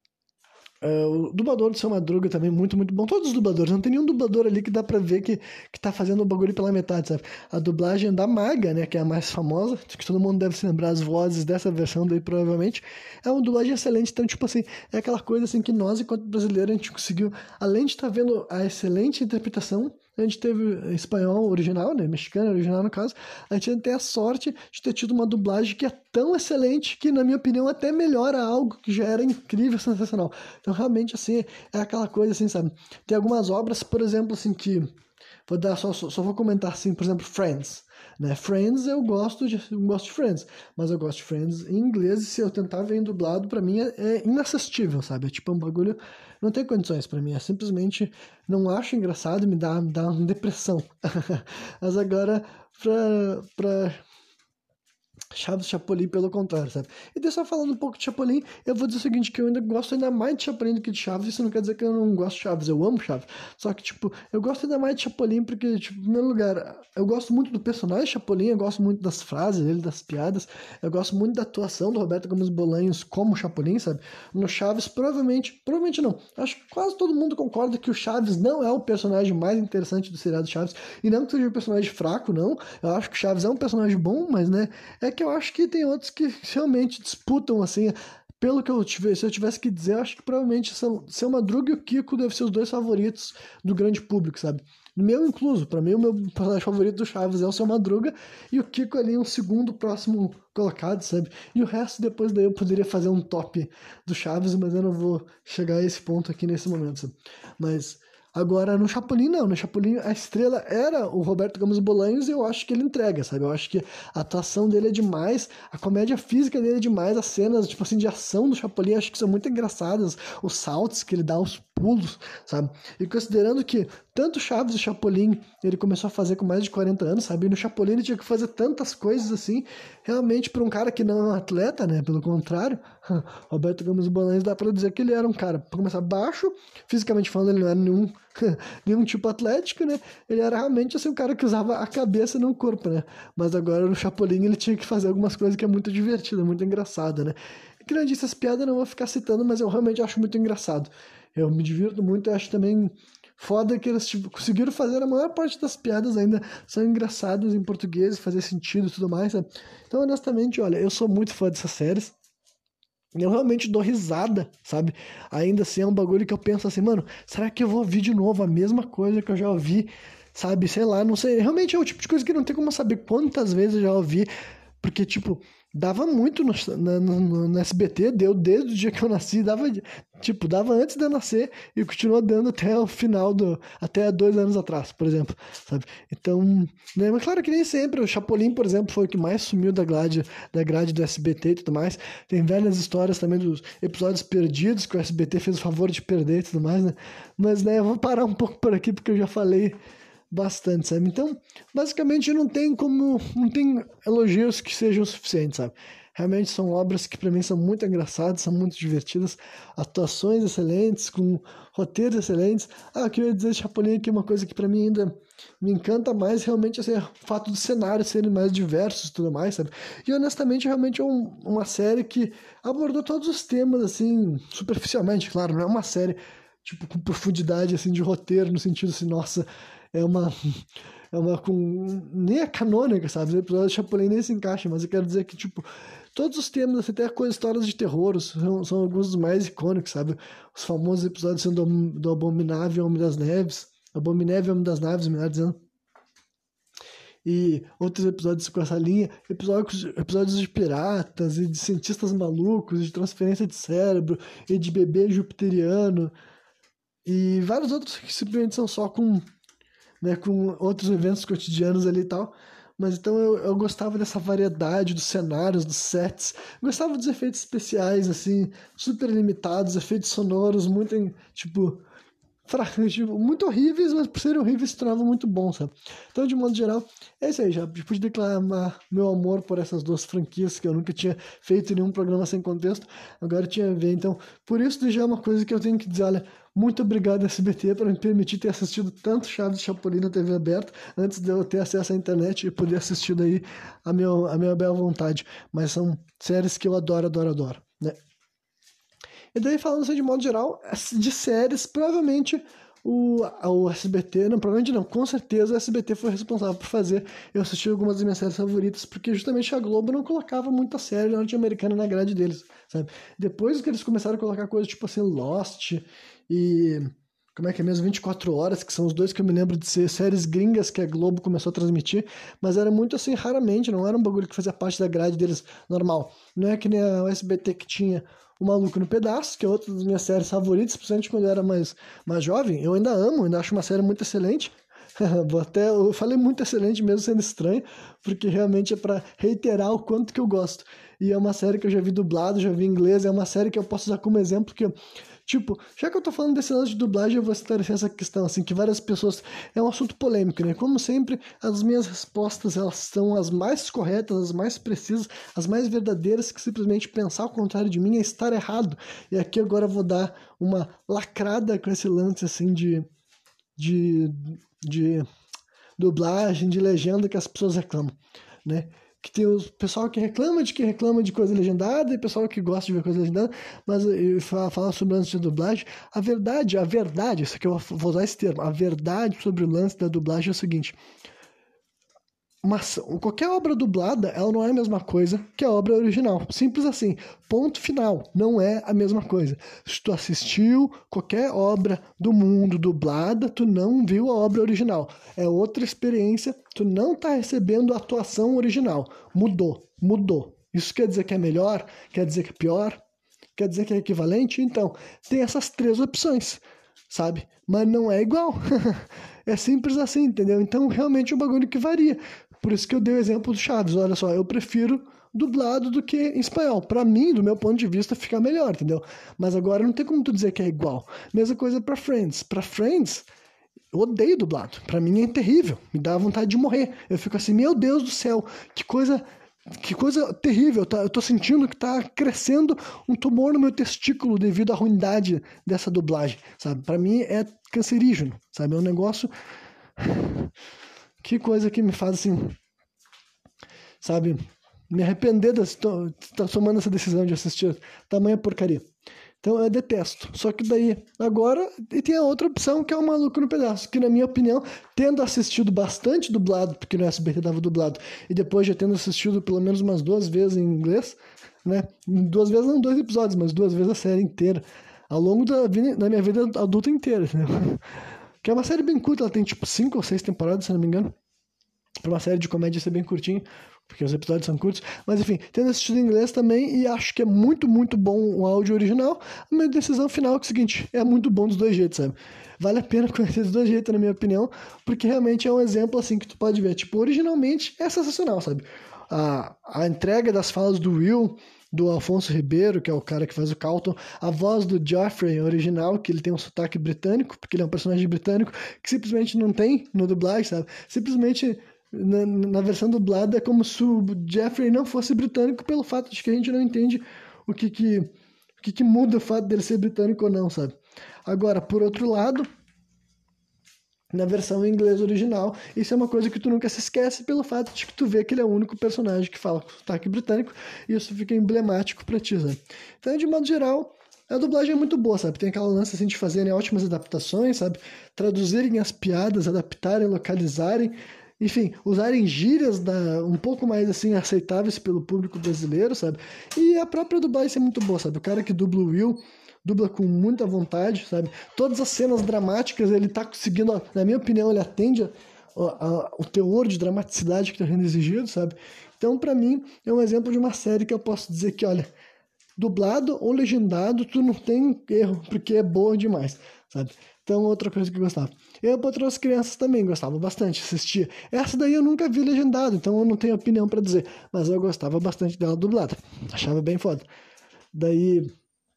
S1: O dublador do Seu Madruga também, muito bom. Todos os dubladores, não tem nenhum dublador ali que dá pra ver que tá fazendo o bagulho pela metade, sabe? A dublagem da Maga, né, que é a mais famosa, que todo mundo deve se lembrar as vozes dessa versão daí, provavelmente, é uma dublagem excelente. Então, tipo assim, é aquela coisa assim que nós, enquanto brasileiros, a gente conseguiu, além de estar vendo a excelente interpretação, a gente teve espanhol original, né, mexicano original no caso, a gente tem a sorte de ter tido uma dublagem que é tão excelente que, na minha opinião, até melhora algo que já era incrível, sensacional. Então, realmente, assim, é aquela coisa, assim, sabe? Tem algumas obras, por exemplo, assim, que... Vou dar só vou comentar, assim, por exemplo, Friends, né? Friends, eu gosto de Friends, mas eu gosto de Friends em inglês e se eu tentar ver em dublado, pra mim é inassistível, sabe? É tipo um bagulho... Não tem condições pra mim, é simplesmente... Não acho engraçado e me dá uma depressão. Mas agora, pra Chaves e Chapolin, pelo contrário, sabe? E daí só falando um pouco de Chapolin, eu vou dizer o seguinte, que eu ainda gosto ainda mais de Chapolin do que de Chaves. Isso não quer dizer que eu não gosto de Chaves, eu amo Chaves. Só que, tipo, eu gosto ainda mais de Chapolin porque, tipo, em primeiro lugar, eu gosto muito do personagem Chapolin, eu gosto muito das frases dele, das piadas, eu gosto muito da atuação do Roberto Gomes Bolanhos como Chapolin, sabe? No Chaves, provavelmente não, acho que quase todo mundo concorda que o Chaves não é o personagem mais interessante do seriado Chaves, e não que seja um personagem fraco, não, eu acho que o Chaves é um personagem bom, mas, né, é que eu acho que tem outros que realmente disputam, assim, pelo que eu tivesse, se eu tivesse que dizer, eu acho que provavelmente Seu Madruga e o Kiko devem ser os dois favoritos do grande público, sabe? Meu incluso, pra mim o meu personagem favorito do Chaves é o Seu Madruga e o Kiko ali um segundo próximo colocado, sabe? E o resto depois daí eu poderia fazer um top do Chaves, mas eu não vou chegar a esse ponto aqui nesse momento, sabe? Mas... Agora, no Chapolin, não. No Chapolin, a estrela era o Roberto Gomes Bolanhos e eu acho que ele entrega, sabe? Eu acho que a atuação dele é demais, a comédia física dele é demais, as cenas, tipo assim, de ação do Chapolin eu acho que são muito engraçadas, os saltos que ele dá, os pulos, sabe? E considerando que tanto Chaves e Chapolin ele começou a fazer com mais de 40 anos, sabe? E no Chapolin ele tinha que fazer tantas coisas assim, realmente para um cara que não é um atleta, né? Pelo contrário, Roberto Gomes Bolanhos dá pra dizer que ele era um cara, pra começar, baixo, fisicamente falando, ele não era nenhum tipo atlético, né? Ele era realmente assim, um cara que usava a cabeça e não o corpo, né? Mas agora no Chapolin ele tinha que fazer algumas coisas que é muito divertida, muito engraçada, né? E que eu disse, essas piadas eu não vou ficar citando, mas eu realmente acho muito engraçado. Eu me divirto muito, eu acho também foda que eles conseguiram fazer a maior parte das piadas ainda são engraçadas em português, fazer sentido e tudo mais, sabe? Então, honestamente, olha, eu sou muito fã dessas séries. Eu realmente dou risada, sabe? Ainda assim é um bagulho que eu penso assim, mano, será que eu vou ouvir de novo a mesma coisa que eu já ouvi, sabe? Sei lá, não sei. Realmente é o tipo de coisa que não tem como saber quantas vezes eu já ouvi, porque, tipo, dava muito no SBT, deu desde o dia que eu nasci, dava antes de eu nascer e continuou dando até o final até 2 anos atrás, por exemplo, sabe? Então, né, mas claro que nem sempre, o Chapolin, por exemplo, foi o que mais sumiu da grade do SBT e tudo mais. Tem velhas histórias também dos episódios perdidos que o SBT fez o favor de perder e tudo mais, né? Mas, né, eu vou parar um pouco por aqui porque eu já falei bastante, sabe? Então, basicamente não tem elogios que sejam suficientes, sabe? Realmente são obras que para mim são muito engraçadas, são muito divertidas, atuações excelentes, com roteiros excelentes. Eu queria dizer Chapolin aqui uma coisa que para mim ainda me encanta mais, realmente assim, é o fato dos cenários serem mais diversos e tudo mais, sabe? E honestamente, realmente é uma série que abordou todos os temas, assim, superficialmente, claro, não é uma série tipo com profundidade, assim, de roteiro, no sentido assim, nossa, é uma nem é canônica, sabe? O episódio de Chapolin nem se encaixa, mas eu quero dizer que, tipo, todos os temas, assim, até histórias de terror, são alguns dos mais icônicos, sabe? Os famosos episódios sendo do Abominável Homem das Neves, Abominável Homem das Naves, melhor dizendo, e outros episódios com essa linha, episódios de piratas, e de cientistas malucos, e de transferência de cérebro, e de bebê jupiteriano, e vários outros que simplesmente são só com outros eventos cotidianos ali e tal. Mas então eu gostava dessa variedade dos cenários, dos sets. Gostava dos efeitos especiais, assim, super limitados, efeitos sonoros muito, tipo, muito horríveis, mas por serem horríveis se tornavam muito bons, sabe? Então, de modo geral, é isso aí. Já pude declarar meu amor por essas duas franquias que eu nunca tinha feito em nenhum programa sem contexto. Agora eu tinha a ver. Então, por isso já é uma coisa que eu tenho que dizer, olha, muito obrigado SBT por me permitir ter assistido tanto Chaves e Chapolin na TV aberta antes de eu ter acesso à internet e poder assistir daí a minha bela vontade. Mas são séries que eu adoro, né? E daí, falando assim de modo geral, de séries, provavelmente o SBT, não, provavelmente não, com certeza o SBT foi responsável por fazer eu assistir algumas das minhas séries favoritas, porque justamente a Globo não colocava muita série norte-americana na grade deles, sabe? Depois que eles começaram a colocar coisas tipo assim, Lost e... como é que é mesmo? 24 Horas, que são os dois que eu me lembro de ser séries gringas que a Globo começou a transmitir, mas era muito assim, raramente, não era um bagulho que fazia parte da grade deles normal. Não é que nem o SBT que tinha O Maluco no Pedaço, que é outra das minhas séries favoritas, principalmente quando eu era mais jovem. Eu ainda amo, ainda acho uma série muito excelente. Eu falei muito excelente mesmo sendo estranho, porque realmente é para reiterar o quanto que eu gosto. E é uma série que eu já vi dublado, já vi em inglês, é uma série que eu posso usar como exemplo que... Tipo, já que eu tô falando desse lance de dublagem, eu vou esclarecer essa questão, assim, que várias pessoas... É um assunto polêmico, né? Como sempre, as minhas respostas, elas são as mais corretas, as mais precisas, as mais verdadeiras, que simplesmente pensar ao contrário de mim é estar errado. E aqui agora eu vou dar uma lacrada com esse lance, assim, de dublagem, de legenda que as pessoas reclamam, né? Que tem o pessoal que reclama de coisa legendada e o pessoal que gosta de ver coisa legendada, mas fala sobre o lance de dublagem. A verdade, isso aqui eu vou usar esse termo, a verdade sobre o lance da dublagem é o seguinte: mas qualquer obra dublada, ela não é a mesma coisa que a obra original. Simples assim. Ponto final. Não é a mesma coisa. Se tu assistiu qualquer obra do mundo dublada, tu não viu a obra original. É outra experiência. Tu não tá recebendo a atuação original. Mudou. Isso quer dizer que é melhor? Quer dizer que é pior? Quer dizer que é equivalente? Então, tem essas 3 opções, sabe? Mas não é igual. É simples assim, entendeu? Então, realmente é um bagulho que varia. Por isso que eu dei o exemplo do Chaves. Olha só, eu prefiro dublado do que em espanhol. Pra mim, do meu ponto de vista, fica melhor, entendeu? Mas agora não tem como tu dizer que é igual. Mesma coisa pra Friends. Pra Friends, eu odeio dublado. Pra mim é terrível. Me dá vontade de morrer. Eu fico assim, meu Deus do céu, que coisa terrível. Eu tô sentindo que tá crescendo um tumor no meu testículo devido à ruindade dessa dublagem, sabe? Pra mim é cancerígeno, sabe? É um negócio... Que coisa que me faz assim, sabe, me arrepender de estar tomando essa decisão de assistir tamanha porcaria. Então eu detesto. Só que daí, agora, e tem a outra opção que é o Maluco no Pedaço, que na minha opinião, tendo assistido bastante dublado, porque no SBT dava dublado, e depois já tendo assistido pelo menos umas 2 vezes em inglês, né, 2 vezes não 2 episódios, mas 2 vezes a série inteira, ao longo da minha vida adulta inteira, né? Que é uma série bem curta, ela tem tipo 5 ou 6 temporadas, se não me engano. Pra uma série de comédia ser bem curtinha, porque os episódios são curtos, mas enfim, tendo assistido em inglês também, e acho que é muito, muito bom o áudio original, a minha decisão final é o seguinte, é muito bom dos dois jeitos, sabe? Vale a pena conhecer dos dois jeitos, na minha opinião, porque realmente é um exemplo, assim, que tu pode ver, tipo, originalmente é sensacional, sabe? A entrega das falas do Will, do Alfonso Ribeiro, que é o cara que faz o Carlton, a voz do Joffrey original, que ele tem um sotaque britânico, porque ele é um personagem britânico, que simplesmente não tem no dublagem, sabe? Simplesmente na versão dublada é como se o Joffrey não fosse britânico, pelo fato de que a gente não entende o que muda o fato dele ser britânico ou não, sabe? Agora, por outro lado, na versão em inglês original, isso é uma coisa que tu nunca se esquece pelo fato de que tu vê que ele é o único personagem que fala com sotaque britânico, e isso fica emblemático pra ti, sabe? Então, de modo geral, a dublagem é muito boa, sabe? Tem aquela lance assim de fazerem ótimas adaptações, sabe? Traduzirem as piadas, adaptarem, localizarem, enfim, usarem gírias um pouco mais assim aceitáveis pelo público brasileiro, sabe? E a própria dublagem é muito boa, sabe? O cara que dubla o Will dubla com muita vontade, sabe? Todas as cenas dramáticas ele tá conseguindo, na minha opinião, ele atende o teor de dramaticidade que tá sendo exigido, sabe? Então, pra mim, é um exemplo de uma série que eu posso dizer que, olha, dublado ou legendado, tu não tem erro, porque é boa demais, sabe? Então, outra coisa que eu gostava. Eu, para outras crianças também, gostava bastante, assistia. Essa daí eu nunca vi legendado, então eu não tenho opinião pra dizer, mas eu gostava bastante dela dublada. Achava bem foda. Daí...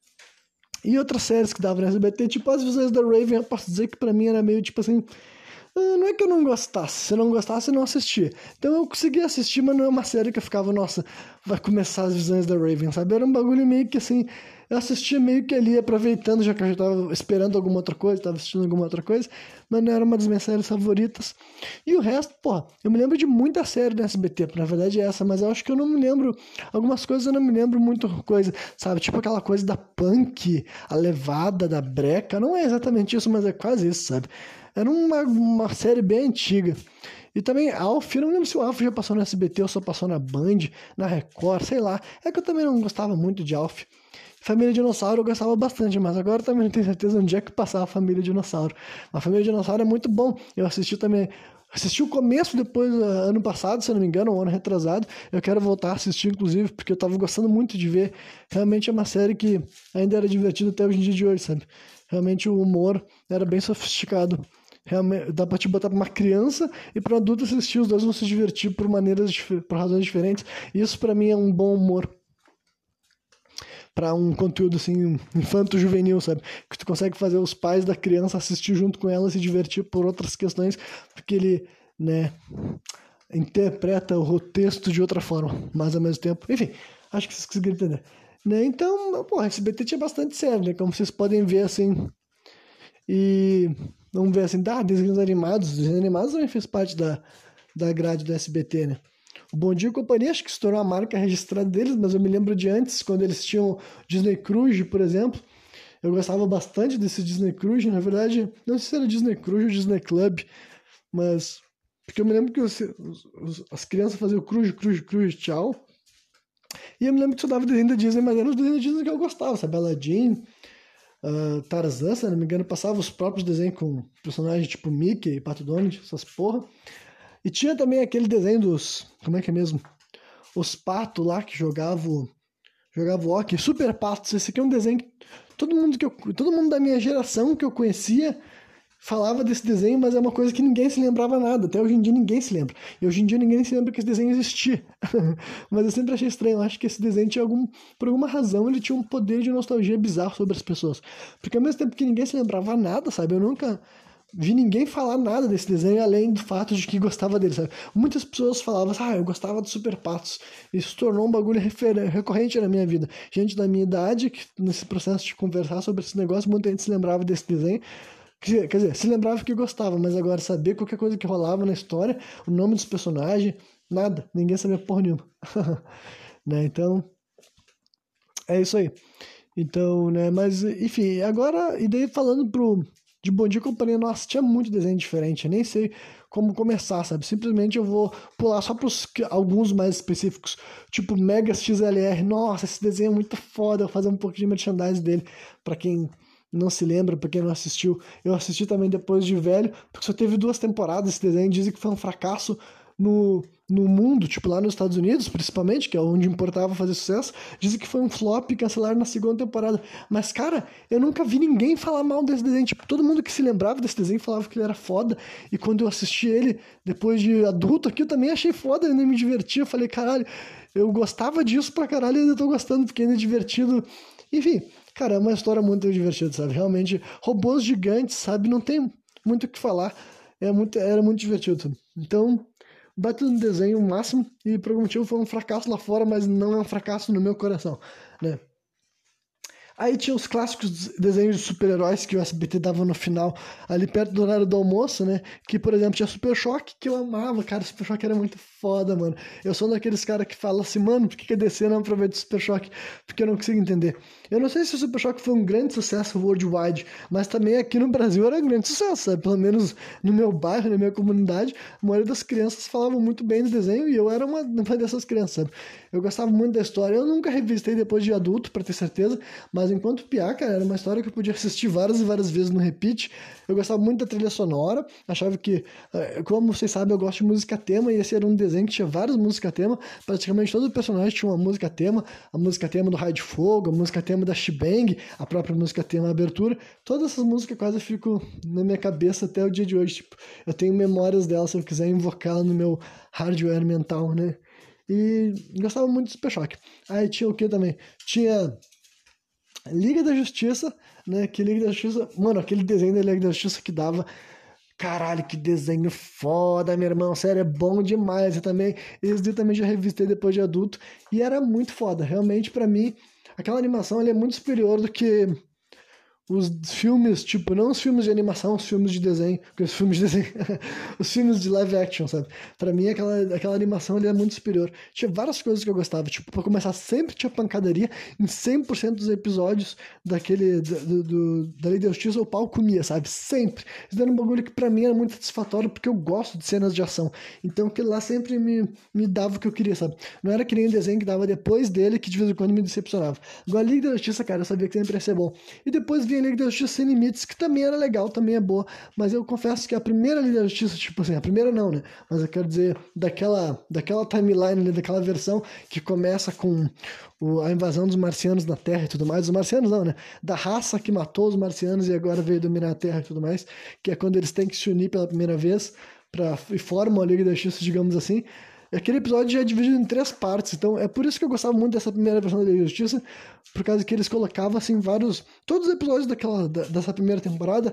S1: E outras séries que davam no SBT, tipo As Visões da Raven, eu posso dizer que pra mim era meio tipo assim... Não é que eu não gostasse, se eu não gostasse eu não assistia. Então eu conseguia assistir, mas não é uma série que eu ficava, nossa, vai começar As Visões da Raven, sabe? Era um bagulho meio que assim, eu assistia meio que ali, aproveitando, já que eu já tava esperando alguma outra coisa, tava assistindo alguma outra coisa, mas não era uma das minhas séries favoritas. E o resto, porra, eu me lembro de muita série da SBT, na verdade é essa, mas eu acho que eu não me lembro, algumas coisas eu não me lembro muito coisa, sabe? Tipo aquela coisa da punk, a levada da breca, não é exatamente isso, mas é quase isso, sabe? Era uma série bem antiga. E também Alf, eu não lembro se o Alf já passou no SBT ou só passou na Band, na Record, sei lá. É que eu também não gostava muito de Alf. Família Dinossauro eu gostava bastante, mas agora também não tenho certeza onde é que passava a Família Dinossauro. A Família Dinossauro é muito bom. Eu assisti também... Assisti o começo depois, ano passado, se eu não me engano, um ano retrasado. Eu quero voltar a assistir, inclusive, porque eu tava gostando muito de ver. Realmente é uma série que ainda era divertida até hoje em dia de hoje, sabe? Realmente o humor era bem sofisticado. Realmente, dá pra te botar pra uma criança e pra um adulto assistir, os dois vão se divertir por razões diferentes. E isso pra mim é um bom humor. Pra um conteúdo assim, infanto-juvenil, sabe? Que tu consegue fazer os pais da criança assistir junto com ela e se divertir por outras questões, porque ele, né, interpreta o texto de outra forma, mas ao mesmo tempo. Enfim, acho que vocês conseguiram entender. Né? Então, pô, SBT tinha bastante série, né? Como vocês podem ver, assim. E vamos ver assim, desenhos animados. Desenhos animados também fez parte da grade do SBT, né? O Bom Dia e Companhia acho que se tornou a marca registrada deles, mas eu me lembro de antes, quando eles tinham Disney Cruise, por exemplo. Eu gostava bastante desse Disney Cruise, na verdade, não sei se era Disney Cruise ou Disney Club, mas... Porque eu me lembro que as crianças faziam Cruise, tchau. E eu me lembro que eu dava desenho da Disney, mas eram os desenhos da Disney que eu gostava, sabe? Aladdin, Tarzan, se não me engano, passava os próprios desenhos com personagens tipo Mickey, Pato Donald, essas porra. E tinha também aquele desenho dos... Como é que é mesmo? Os patos lá que jogavam hockey, Super Patos. Esse aqui é um desenho que todo mundo da minha geração que eu conhecia falava desse desenho, mas é uma coisa que ninguém se lembrava nada. Até hoje em dia ninguém se lembra. E hoje em dia ninguém se lembra que esse desenho existia. Mas eu sempre achei estranho. Eu acho que esse desenho tinha por alguma razão, ele tinha um poder de nostalgia bizarro sobre as pessoas. Porque ao mesmo tempo que ninguém se lembrava nada, sabe? Eu nunca vi ninguém falar nada desse desenho, além do fato de que gostava dele, sabe? Muitas pessoas falavam assim, eu gostava do Super Patos. Isso tornou um bagulho recorrente na minha vida. Gente da minha idade, que nesse processo de conversar sobre esse negócio, muita gente se lembrava desse desenho. Quer dizer, se lembrava que gostava, mas agora saber qualquer coisa que rolava na história, o nome dos personagens, nada. Ninguém sabia porra nenhuma. Né? Então, é isso aí. Então, né, mas, enfim, agora, e daí falando de Bom Dia e Companhia, nossa, tinha muito desenho diferente, eu nem sei como começar, sabe? Simplesmente eu vou pular só pros alguns mais específicos, tipo Megas XLR, nossa, esse desenho é muito foda, eu vou fazer um pouco de merchandising dele, pra quem não se lembra, pra quem não assistiu. Eu assisti também depois de velho, porque só teve 2 temporadas esse desenho, dizem que foi um fracasso no mundo, tipo lá nos Estados Unidos, principalmente, que é onde importava fazer sucesso, dizem que foi um flop e cancelaram na segunda temporada. Mas, cara, eu nunca vi ninguém falar mal desse desenho. Tipo, todo mundo que se lembrava desse desenho falava que ele era foda. E quando eu assisti ele, depois de adulto aqui, eu também achei foda, eu ainda me divertia. Eu falei, caralho, eu gostava disso pra caralho e ainda tô gostando, porque ainda é divertido. Enfim, cara, é uma história muito divertida, sabe? Realmente, robôs gigantes, sabe? Não tem muito o que falar. Era muito divertido. Então, bate no desenho o máximo e por algum motivo foi um fracasso lá fora, mas não é um fracasso no meu coração, né? Aí tinha os clássicos desenhos de super-heróis que o SBT dava no final, ali perto do horário do almoço, né? Que, por exemplo, tinha Super Choque, que eu amava, cara. Super Choque era muito foda, mano. Eu sou um daqueles caras que fala assim, mano, por que a DC não aproveita o Super Choque? Porque eu não consigo entender. Eu não sei se o Super Choque foi um grande sucesso worldwide, mas também aqui no Brasil era um grande sucesso, sabe? Pelo menos no meu bairro, na minha comunidade, a maioria das crianças falavam muito bem do desenho e eu era uma dessas crianças, sabe? Eu gostava muito da história. Eu nunca revisitei depois de adulto, pra ter certeza, mas enquanto piá, cara, era uma história que eu podia assistir várias e várias vezes no repeat. Eu gostava muito da trilha sonora, achava que, como vocês sabem, eu gosto de música tema, e esse era um desenho que tinha várias músicas tema, praticamente todo personagem tinha uma música tema, a música tema do Raio de Fogo, a música tema da Shebang, a própria música tema abertura, todas essas músicas quase ficam na minha cabeça até o dia de hoje, tipo, eu tenho memórias delas se eu quiser invocá-la no meu hardware mental, né? E gostava muito do Super Choque. Aí tinha o que também? Tinha Liga da Justiça, né? Que Liga da Justiça... Mano, aquele desenho da Liga da Justiça que dava... Caralho, que desenho foda, meu irmão. Sério, é bom demais. Esse dia também já revisitei depois de adulto. E era muito foda. Realmente, pra mim, aquela animação é muito superior do que os filmes, tipo, não os filmes de animação, os filmes de desenho, porque os filmes de desenho, os filmes de live action, sabe? Pra mim, aquela animação ali é muito superior. Tinha várias coisas que eu gostava, tipo, pra começar, sempre tinha pancadaria em 100% dos episódios da Lei da Justiça, o pau comia, sabe? Sempre. Isso era um bagulho que pra mim era muito satisfatório, porque eu gosto de cenas de ação. Então, aquilo lá sempre me dava o que eu queria, sabe? Não era que nem o desenho que dava depois dele, que de vez em quando me decepcionava. Agora, a Liga da Justiça, cara, eu sabia que sempre ia ser bom. E depois vinha a Liga da Justiça Sem Limites, que também era legal, também é boa, mas eu confesso que a primeira Liga da Justiça, tipo assim, a primeira não, né? Mas eu quero dizer, daquela timeline, né? Daquela versão que começa com a invasão dos marcianos na Terra e tudo mais, os marcianos não, né? Da raça que matou os marcianos e agora veio dominar a Terra e tudo mais, que é quando eles têm que se unir pela primeira vez e formam a Liga da Justiça, digamos assim. Aquele episódio já é dividido em 3 partes, então é por isso que eu gostava muito dessa primeira versão da Liga da Justiça, por causa que eles colocavam, assim, todos os episódios dessa primeira temporada,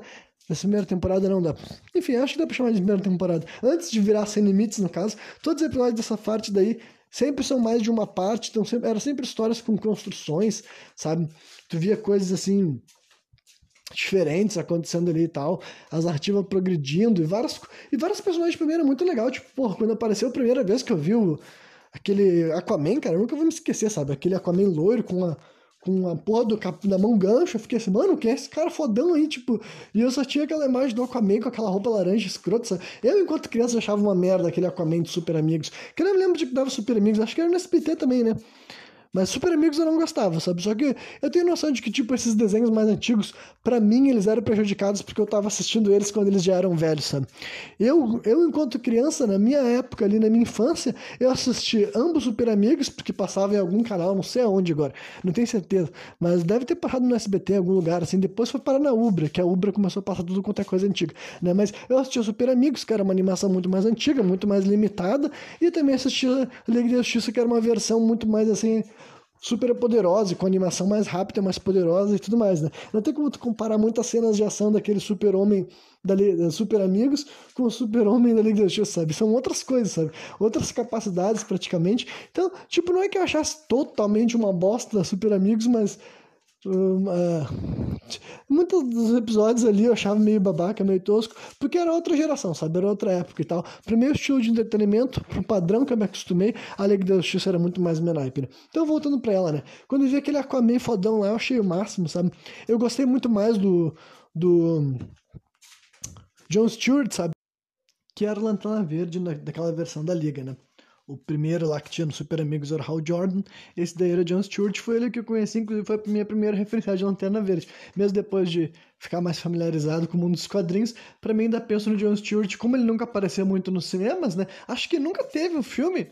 S1: não dá. Enfim, acho que dá pra chamar de primeira temporada. Antes de virar Sem Limites, no caso, todos os episódios dessa parte daí sempre são mais de uma parte, então eram sempre histórias com construções, sabe? Tu via coisas assim diferentes acontecendo ali e tal, as narrativas progredindo e vários personagens pra mim era muito legal, tipo, porra, quando apareceu a primeira vez que eu vi aquele Aquaman, cara, eu nunca vou me esquecer, sabe, aquele Aquaman loiro com a porra da mão gancho, eu fiquei assim, mano, quem é esse cara fodão aí, tipo, e eu só tinha aquela imagem do Aquaman com aquela roupa laranja escrota, sabe? Eu, enquanto criança, achava uma merda aquele Aquaman de Super Amigos, que eu não lembro de que dava Super Amigos, acho que era no SBT também, né? Mas Super Amigos eu não gostava, sabe? Só que eu tenho noção de que, tipo, esses desenhos mais antigos, pra mim, eles eram prejudicados porque eu tava assistindo eles quando eles já eram velhos, sabe? Enquanto criança, na minha época ali, na minha infância, eu assisti ambos Super Amigos, porque passava em algum canal, não sei aonde agora, não tenho certeza, mas deve ter passado no SBT em algum lugar, assim, depois foi parar na Ubra, que a Ubra começou a passar tudo quanto é coisa antiga, né? Mas eu assistia Super Amigos, que era uma animação muito mais antiga, muito mais limitada, e também assistia Liga da Justiça, que era uma versão muito mais, assim, super poderosa, com animação mais rápida, mais poderosa e tudo mais, né? Não tem como tu comparar muitas cenas de ação daquele super-homem da Super Amigos com o super-homem da Liga da Justiça, sabe? São outras coisas, sabe? Outras capacidades, praticamente. Então, tipo, não é que eu achasse totalmente uma bosta da Super Amigos, mas muitos dos episódios ali eu achava meio babaca, meio tosco, porque era outra geração, sabe? Era outra época e tal. Pro meu estilo de entretenimento, pro padrão que eu me acostumei, a Liga da Justiça era muito mais minha naipe, né? Então, voltando pra ela, né? Quando eu vi aquele Aquaman fodão lá, eu achei o máximo, sabe? Eu gostei muito mais do Jon Stewart, sabe? Que era o Lanterna Verde daquela versão da Liga, né? O primeiro lá que tinha no Super Amigos era o Hal Jordan, esse daí era o John Stewart, foi ele que eu conheci, inclusive foi a minha primeira referência de Lanterna Verde. Mesmo depois de ficar mais familiarizado com o mundo dos quadrinhos, pra mim ainda penso no John Stewart, como ele nunca apareceu muito nos cinemas, né? Acho que nunca teve um filme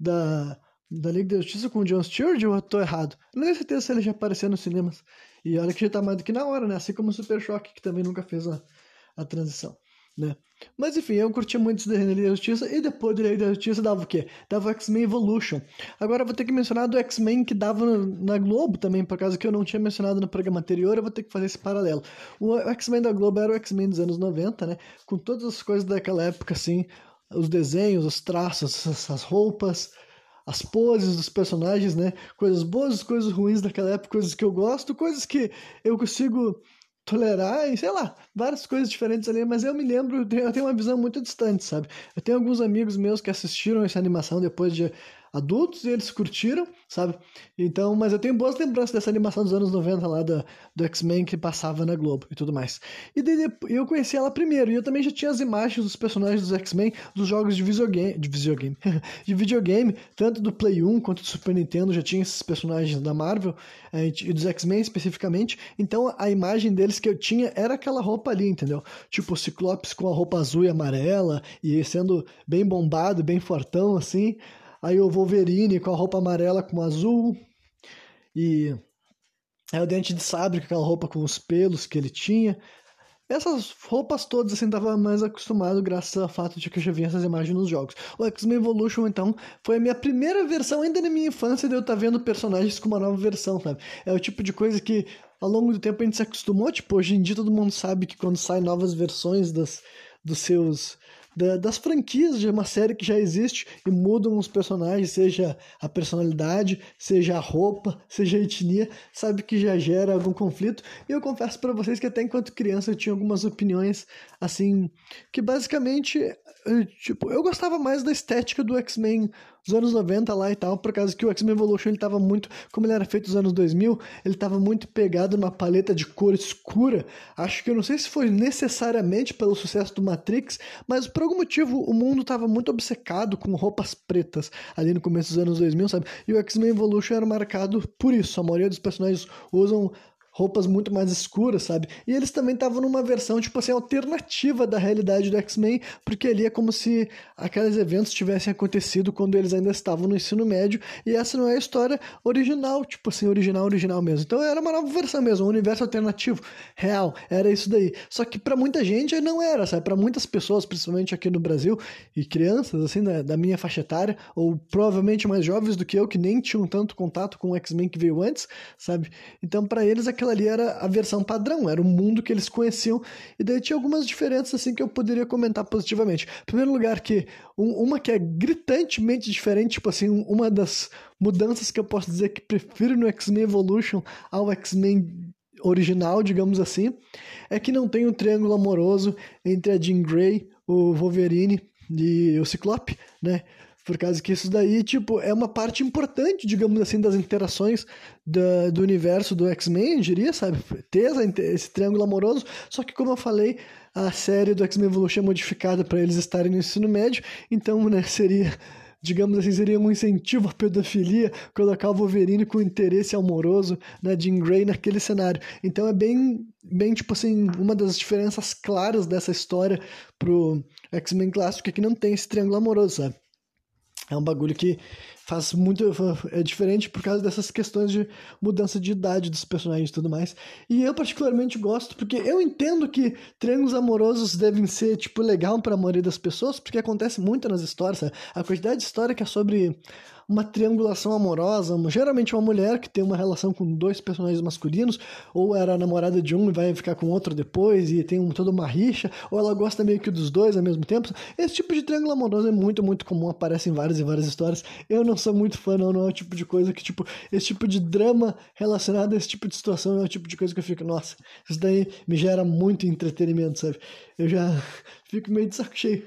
S1: da Liga da Justiça com o John Stewart, ou eu tô errado? Eu não tenho certeza se ele já apareceu nos cinemas. E olha que já tá mais do que na hora, né? Assim como o Super Choque, que também nunca fez a transição, né? Mas enfim, eu curti muito esse desenho da Liga da Justiça, e depois da Liga da Justiça dava o quê? Dava o X-Men Evolution. Agora eu vou ter que mencionar do X-Men que dava na Globo também, por causa que eu não tinha mencionado no programa anterior, eu vou ter que fazer esse paralelo. O X-Men da Globo era o X-Men dos anos 90, né? Com todas as coisas daquela época, assim, os desenhos, os traços, as roupas, as poses dos personagens, né? Coisas boas, coisas ruins daquela época, coisas que eu gosto, coisas que eu consigo tolerar, e sei lá, várias coisas diferentes ali, mas eu me lembro, eu tenho uma visão muito distante, sabe? Eu tenho alguns amigos meus que assistiram essa animação depois de adultos e eles curtiram, sabe? Então, mas eu tenho boas lembranças dessa animação dos anos 90 lá do X-Men que passava na Globo e tudo mais. E daí eu conheci ela primeiro, e eu também já tinha as imagens dos personagens dos X-Men dos jogos de videogame, tanto do Play 1 quanto do Super Nintendo, já tinha esses personagens da Marvel e dos X-Men especificamente, então a imagem deles que eu tinha era aquela roupa ali, entendeu? Tipo o Ciclopes com a roupa azul e amarela, e sendo bem bombado, bem fortão, assim. Aí o Wolverine com a roupa amarela com azul. E aí o Dente de Sabre com aquela roupa com os pelos que ele tinha. Essas roupas todas, assim, tava mais acostumado graças ao fato de que eu já vi essas imagens nos jogos. O X-Men Evolution, então, foi a minha primeira versão, ainda na minha infância, de eu estar vendo personagens com uma nova versão, sabe? É o tipo de coisa que, ao longo do tempo, a gente se acostumou. Tipo, hoje em dia todo mundo sabe que quando saem novas versões dos seus... das franquias de uma série que já existe e mudam os personagens, seja a personalidade, seja a roupa, seja a etnia, sabe que já gera algum conflito. E eu confesso para vocês que até enquanto criança eu tinha algumas opiniões, assim, que basicamente, eu gostava mais da estética do X-Men dos anos 90 lá e tal, por causa que o X-Men Evolution ele tava muito, como ele era feito nos anos 2000, ele tava muito pegado numa paleta de cor escura. Acho que eu não sei se foi necessariamente pelo sucesso do Matrix, mas por algum motivo o mundo tava muito obcecado com roupas pretas ali no começo dos anos 2000, sabe? E o X-Men Evolution era marcado por isso. A maioria dos personagens usam roupas muito mais escuras, sabe? E eles também estavam numa versão, tipo assim, alternativa da realidade do X-Men, porque ali é como se aqueles eventos tivessem acontecido quando eles ainda estavam no ensino médio, e essa não é a história original, tipo assim, original mesmo. Então era uma nova versão mesmo, um universo alternativo, real, era isso daí. Só que pra muita gente não era, sabe? Pra muitas pessoas, principalmente aqui no Brasil, e crianças, assim, da minha faixa etária, ou provavelmente mais jovens do que eu, que nem tinham tanto contato com o X-Men que veio antes, sabe? Então pra eles aquela ali era a versão padrão, era o mundo que eles conheciam, e daí tinha algumas diferenças assim que eu poderia comentar positivamente. Em primeiro lugar, que uma que é gritantemente diferente, tipo assim, uma das mudanças que eu posso dizer que prefiro no X-Men Evolution ao X-Men original, digamos assim, é que não tem um triângulo amoroso entre a Jean Grey, o Wolverine e o Ciclope, né? Por causa que isso daí, tipo, é uma parte importante, digamos assim, das interações do universo do X-Men, eu diria, sabe? Ter esse triângulo amoroso, só que como eu falei, a série do X-Men Evolution é modificada para eles estarem no ensino médio, então, né, seria, digamos assim, seria um incentivo à pedofilia colocar o Wolverine com interesse amoroso na Jean Grey naquele cenário. Então é bem, tipo assim, uma das diferenças claras dessa história pro X-Men clássico é que não tem esse triângulo amoroso, sabe? É um bagulho que faz muito... é diferente por causa dessas questões de mudança de idade dos personagens e tudo mais. E eu particularmente gosto, porque eu entendo que triângulos amorosos devem ser, tipo, legal para a maioria das pessoas, porque acontece muito nas histórias, sabe? A quantidade de história que é sobre uma triangulação amorosa, geralmente uma mulher que tem uma relação com dois personagens masculinos, ou era a namorada de um e vai ficar com outro depois, e tem toda uma rixa, ou ela gosta meio que dos dois ao mesmo tempo. Esse tipo de triângulo amoroso é muito, muito comum, aparece em várias e várias histórias. Eu não sou muito fã, não é o tipo de coisa que, tipo, esse tipo de drama relacionado a esse tipo de situação é o tipo de coisa que eu fico, nossa, isso daí me gera muito entretenimento, sabe? Eu já fico meio de saco cheio,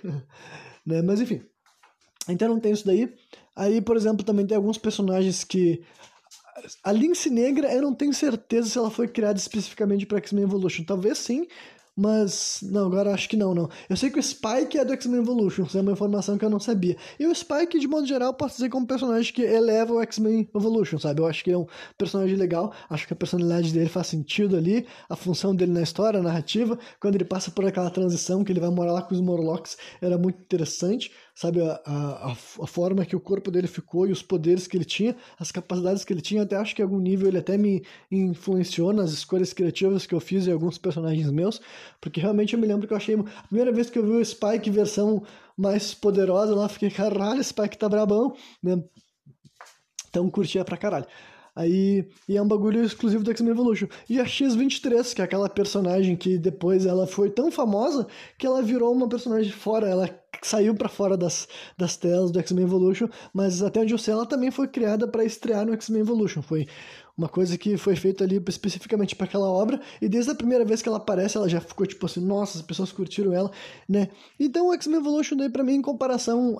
S1: né? Mas enfim, então não tem isso daí. Aí, por exemplo, também tem alguns personagens que... A Lince Negra, eu não tenho certeza se ela foi criada especificamente para X-Men Evolution. Talvez sim, Mas, não, agora acho que não. Eu sei que o Spike é do X-Men Evolution, isso é uma informação que eu não sabia. E o Spike, de modo geral, posso dizer que é um personagem que eleva o X-Men Evolution, sabe? Eu acho que é um personagem legal, acho que a personalidade dele faz sentido ali, a função dele na história, a narrativa, quando ele passa por aquela transição que ele vai morar lá com os Morlocks, era muito interessante, sabe? A forma que o corpo dele ficou e os poderes que ele tinha, as capacidades que ele tinha, até acho que em algum nível ele até me influenciou nas escolhas criativas que eu fiz em alguns personagens meus, porque realmente eu me lembro que eu achei... A primeira vez que eu vi o Spike versão mais poderosa lá, fiquei, caralho, Spike tá brabão, né? Então curtia pra caralho. Aí, e é um bagulho exclusivo do X-Men Evolution. E a X-23, que é aquela personagem que depois ela foi tão famosa que ela virou uma personagem fora, ela saiu pra fora das telas do X-Men Evolution, mas até onde eu sei ela também foi criada pra estrear no X-Men Evolution. Foi uma coisa que foi feita ali especificamente para aquela obra, e desde a primeira vez que ela aparece, ela já ficou tipo assim, nossa, as pessoas curtiram ela, né? Então o X-Men Evolution daí pra mim, em comparação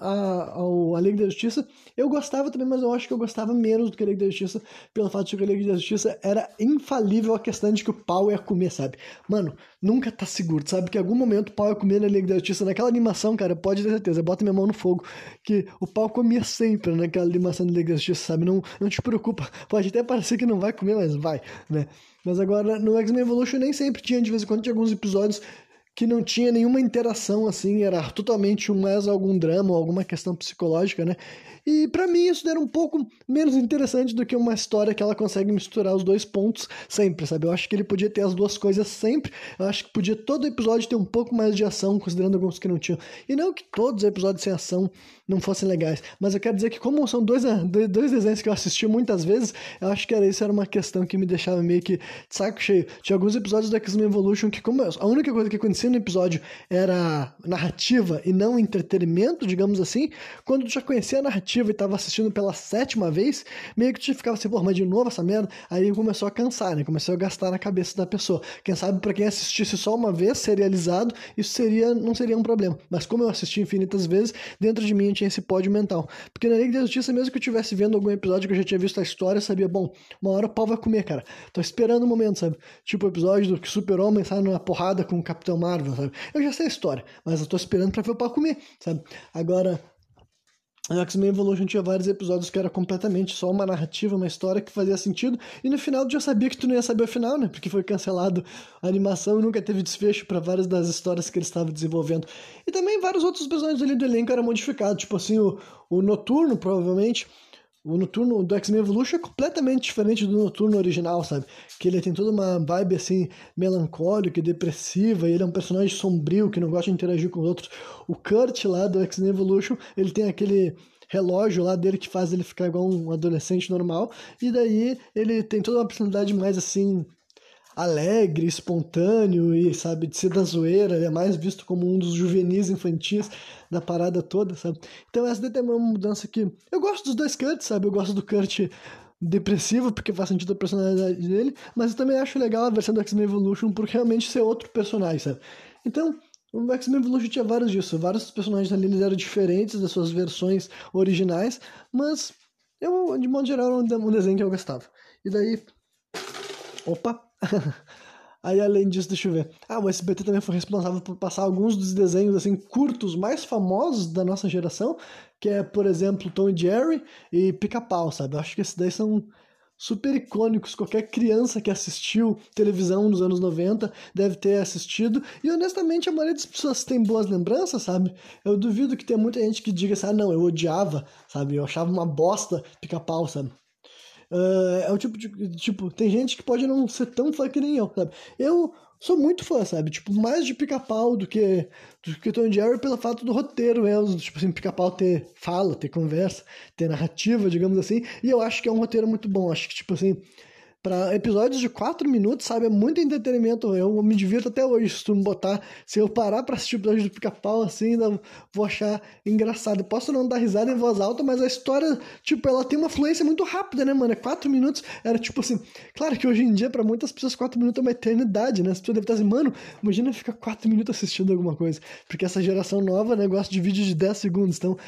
S1: à Liga da Justiça, eu gostava também, mas eu acho que eu gostava menos do que a Liga da Justiça, pelo fato de que a Liga da Justiça era infalível a questão de que o pau ia comer, sabe? Mano, nunca tá seguro, sabe? Que em algum momento o pau ia comer na Liga da Justiça, naquela animação, cara, pode ter certeza, bota minha mão no fogo, que o pau comia sempre naquela animação da Liga da Justiça, sabe? Não te preocupa, pode até parecer que não vai comer, mas vai, né? Mas agora, no X-Men Evolution nem sempre tinha, de vez em quando tinha alguns episódios que não tinha nenhuma interação, assim, era totalmente mais algum drama ou alguma questão psicológica, né? E pra mim isso era um pouco menos interessante do que uma história que ela consegue misturar os dois pontos sempre, sabe? Eu acho que ele podia ter as duas coisas sempre, eu acho que podia todo episódio ter um pouco mais de ação, considerando alguns que não tinham. E não que todos os episódios sem ação não fossem legais, mas eu quero dizer que como são dois desenhos que eu assisti muitas vezes, eu acho que isso era uma questão que me deixava meio que de saco cheio. Tinha alguns episódios do X-Men Evolution que, como a única coisa que acontecia no episódio era narrativa e não entretenimento, digamos assim, quando tu já conhecia a narrativa e tava assistindo pela 7ª vez, meio que tu ficava assim, pô, mas de novo essa merda? Aí começou a cansar, né? Começou a gastar na cabeça da pessoa. Quem sabe pra quem assistisse só uma vez, serializado, isso não seria um problema. Mas como eu assisti infinitas vezes, dentro de mim tinha esse pódio mental. Porque na Liga da Justiça, mesmo que eu estivesse vendo algum episódio que eu já tinha visto a história, eu sabia, bom, uma hora o pau vai comer, cara. Tô esperando o momento, sabe? Tipo o episódio do que Super-Homem sai numa porrada com o Capitão Marvel, sabe? Eu já sei a história, mas eu tô esperando pra ver o pau comer, sabe? Agora, no X-Men Evolution tinha vários episódios que era completamente só uma narrativa, uma história que fazia sentido, e no final tu já sabia que tu não ia saber o final, né? Porque foi cancelado a animação e nunca teve desfecho para várias das histórias que eles estavam desenvolvendo. E também vários outros personagens ali do elenco eram modificados, tipo assim, o Noturno, provavelmente. O Noturno do X-Men Evolution é completamente diferente do Noturno original, sabe? Que ele tem toda uma vibe, assim, melancólica e depressiva, e ele é um personagem sombrio, que não gosta de interagir com os outros. O Kurt, lá do X-Men Evolution, ele tem aquele relógio lá dele que faz ele ficar igual um adolescente normal, e daí ele tem toda uma personalidade mais, assim, alegre, espontâneo e, sabe, de ser da zoeira, ele é mais visto como um dos juvenis infantis da parada toda, sabe? Então essa daí tem uma mudança que... Eu gosto dos dois Kurts, sabe? Eu gosto do Kurt depressivo, porque faz sentido a personalidade dele, mas eu também acho legal a versão do X-Men Evolution por realmente ser outro personagem, sabe? Então, o X-Men Evolution tinha vários disso, vários personagens ali, eles eram diferentes das suas versões originais, mas eu, de modo geral, era um desenho que eu gostava. E daí... Opa! Aí, além disso, deixa eu ver. O SBT também foi responsável por passar alguns dos desenhos, assim, curtos mais famosos da nossa geração, que é, por exemplo, Tom e Jerry e Pica-Pau, sabe? Eu acho que esses daí são super icônicos. Qualquer criança que assistiu televisão nos anos 90 deve ter assistido. E, honestamente, a maioria das pessoas tem boas lembranças, sabe? Eu duvido que tenha muita gente que diga assim, não, eu odiava, sabe? Eu achava uma bosta Pica-Pau, sabe? É o tipo de... Tipo, tem gente que pode não ser tão fã que nem eu, sabe? Eu sou muito fã, sabe? Tipo, mais de Pica-Pau do que Tom e Jerry pelo fato do roteiro mesmo. Tipo assim, Pica-Pau ter fala, ter conversa, ter narrativa, digamos assim. E eu acho que é um roteiro muito bom. Acho que, tipo assim... Para episódios de 4 minutos, sabe? É muito entretenimento. Eu me divirto até hoje. Se tu me botar, se eu parar pra assistir o episódio do Pica-Pau, assim, ainda vou achar engraçado. Eu posso não dar risada em voz alta, mas a história, tipo, ela tem uma fluência muito rápida, né, mano? 4 minutos era tipo assim. Claro que hoje em dia, pra muitas pessoas, 4 minutos é uma eternidade, né? As pessoas devem estar assim, mano, imagina ficar 4 minutos assistindo alguma coisa. Porque essa geração nova, né, gosta de vídeo de 10 segundos. Então,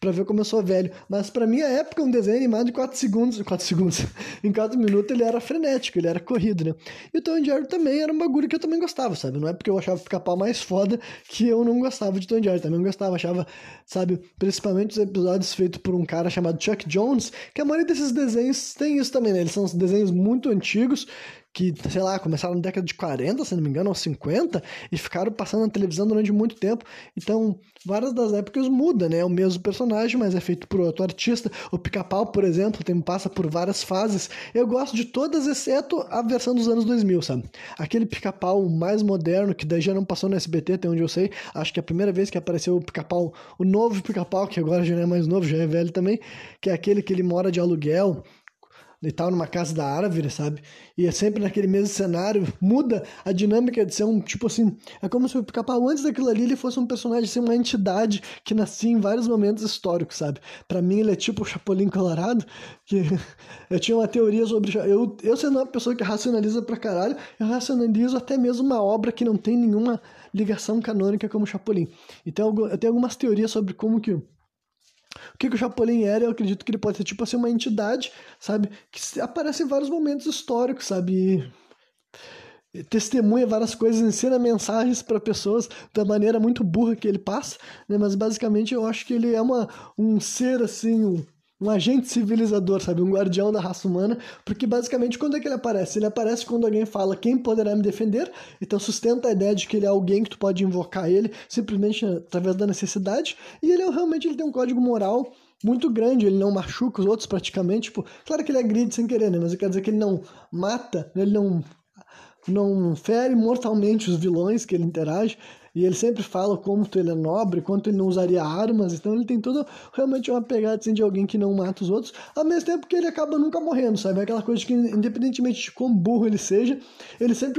S1: pra ver como eu sou velho. Mas pra minha época, um desenho animado de 4 segundos, em 4 minutos ele era frenético, ele era corrido, né? E o Tom e Jerry também era um bagulho que eu também gostava, sabe? Não é porque eu achava o Pica-Pau mais foda que eu não gostava de Tom e Jerry, também gostava, achava, sabe? Principalmente os episódios feitos por um cara chamado Chuck Jones, que a maioria desses desenhos tem isso também, né? Eles são desenhos muito antigos, que, sei lá, começaram na década de 40, se não me engano, ou 50, e ficaram passando na televisão durante muito tempo. Então, várias das épocas mudam, né? É o mesmo personagem, mas é feito por outro artista. O Pica-Pau, por exemplo, passa por várias fases. Eu gosto de todas, exceto a versão dos anos 2000, sabe? Aquele Pica-Pau mais moderno, que daí já não passou no SBT, até onde eu sei. Acho que é a primeira vez que apareceu o Pica-Pau, o novo Pica-Pau, que agora já não é mais novo, já é velho também, que é aquele que ele mora de aluguel e tal, numa casa da árvore, sabe? E é sempre naquele mesmo cenário, muda a dinâmica de ser um, tipo assim, é como se o Pica-Pau antes daquilo ali, ele fosse um personagem, assim, uma entidade que nascia em vários momentos históricos, sabe? Pra mim ele é tipo o Chapolin Colorado, que eu tinha uma teoria sobre... Eu sendo uma pessoa que racionaliza pra caralho, eu racionalizo até mesmo uma obra que não tem nenhuma ligação canônica como o Chapolin. Então eu tenho algumas teorias sobre como que... O que o Chapolin era, eu acredito que ele pode ser tipo assim uma entidade, sabe? Que aparece em vários momentos históricos, sabe? E testemunha várias coisas, ensina mensagens para pessoas da maneira muito burra que ele passa, né? Mas basicamente eu acho que ele é um ser assim, um agente civilizador, sabe? Um guardião da raça humana, porque basicamente quando é que ele aparece? Ele aparece quando alguém fala quem poderá me defender, então sustenta a ideia de que ele é alguém que tu pode invocar ele simplesmente através da necessidade, e realmente ele tem um código moral muito grande, ele não machuca os outros praticamente, tipo, claro que ele agride sem querer, né? Mas quer dizer que ele não mata, ele não fere mortalmente os vilões que ele interage, e ele sempre fala como ele é nobre, quanto ele não usaria armas, então ele tem toda realmente uma pegada assim, de alguém que não mata os outros, ao mesmo tempo que ele acaba nunca morrendo, sabe? Aquela coisa de que independentemente de quão burro ele seja, ele sempre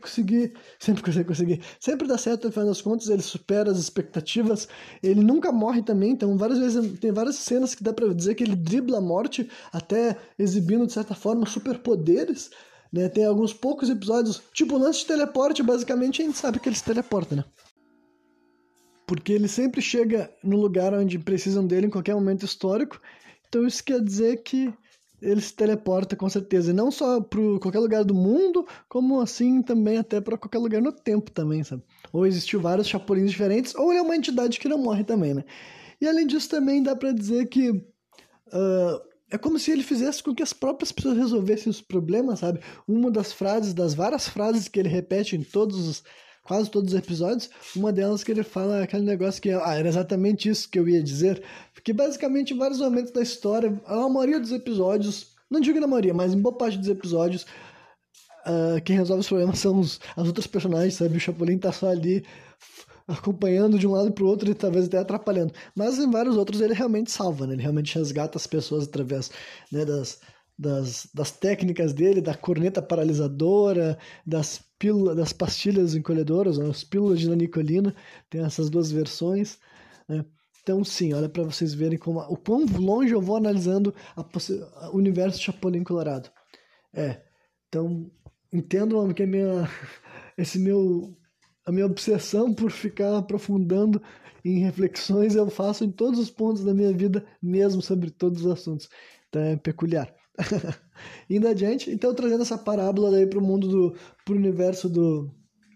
S1: sempre dá certo no final das contas, ele supera as expectativas, ele nunca morre também, então várias vezes tem várias cenas que dá pra dizer que ele dribla a morte, até exibindo de certa forma superpoderes, né? Tem alguns poucos episódios, tipo o lance de teleporte, basicamente a gente sabe que ele se teleporta, né? Porque ele sempre chega no lugar onde precisam dele em qualquer momento histórico, então isso quer dizer que ele se teleporta com certeza, e não só para qualquer lugar do mundo, como assim também até para qualquer lugar no tempo também, sabe? Ou existiu vários chapulins diferentes, ou ele é uma entidade que não morre também, né? E além disso também dá para dizer que é como se ele fizesse com que as próprias pessoas resolvessem os problemas, sabe? Uma das várias frases que ele repete em quase todos os episódios, uma delas que ele fala aquele negócio que era exatamente isso que eu ia dizer, porque basicamente em vários momentos da história, a maioria dos episódios, não digo na maioria, mas em boa parte dos episódios, quem resolve os problemas são as outras personagens, sabe? O Chapolin tá só ali acompanhando de um lado pro outro e talvez até atrapalhando. Mas em vários outros ele realmente salva, né? Ele realmente resgata as pessoas através, né, das técnicas dele, da corneta paralisadora, das pastilhas encolhedoras, as pílulas de nanicolina, tem essas duas versões, né? Então sim, olha para vocês verem o quão longe eu vou analisando o universo de Chapolin Colorado. Então entendam que a minha obsessão por ficar aprofundando em reflexões eu faço em todos os pontos da minha vida, mesmo sobre todos os assuntos. Então é peculiar. Indo adiante, então trazendo essa parábola daí pro universo do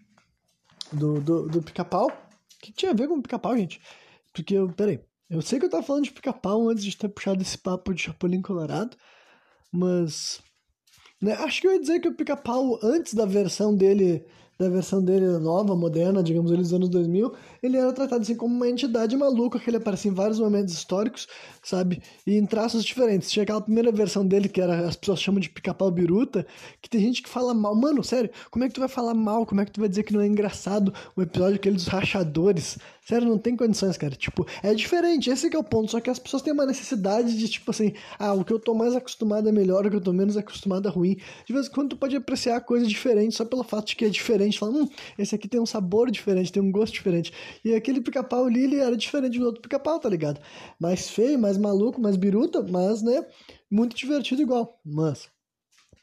S1: Pica-Pau. O que tinha a ver com o Pica-Pau, gente? Porque peraí, eu sei que eu tava falando de Pica-Pau antes de ter puxado esse papo de Chapolin Colorado, mas... né, acho que eu ia dizer que o Pica-Pau, antes da versão dele nova, moderna, digamos, dos anos 2000, ele era tratado assim como uma entidade maluca, que ele aparecia em vários momentos históricos, sabe? E em traços diferentes. Tinha aquela primeira versão dele, que as pessoas chamam de Pica-Pau Biruta, que tem gente que fala mal. Mano, sério, como é que tu vai falar mal? Como é que tu vai dizer que não é engraçado o episódio aquele dos rachadores? Sério, não tem condições, cara. Tipo, é diferente, esse que é o ponto. Só que as pessoas têm uma necessidade de, tipo assim, o que eu tô mais acostumado é melhor, o que eu tô menos acostumado é ruim. De vez em quando tu pode apreciar coisa diferente só pelo fato de que é diferente. Fala, esse aqui tem um sabor diferente, tem um gosto diferente. E aquele Pica-Pau ali, ele era diferente do outro Pica-Pau, tá ligado? Mais feio, mais maluco, mais biruta, mas, né, muito divertido igual. Mas,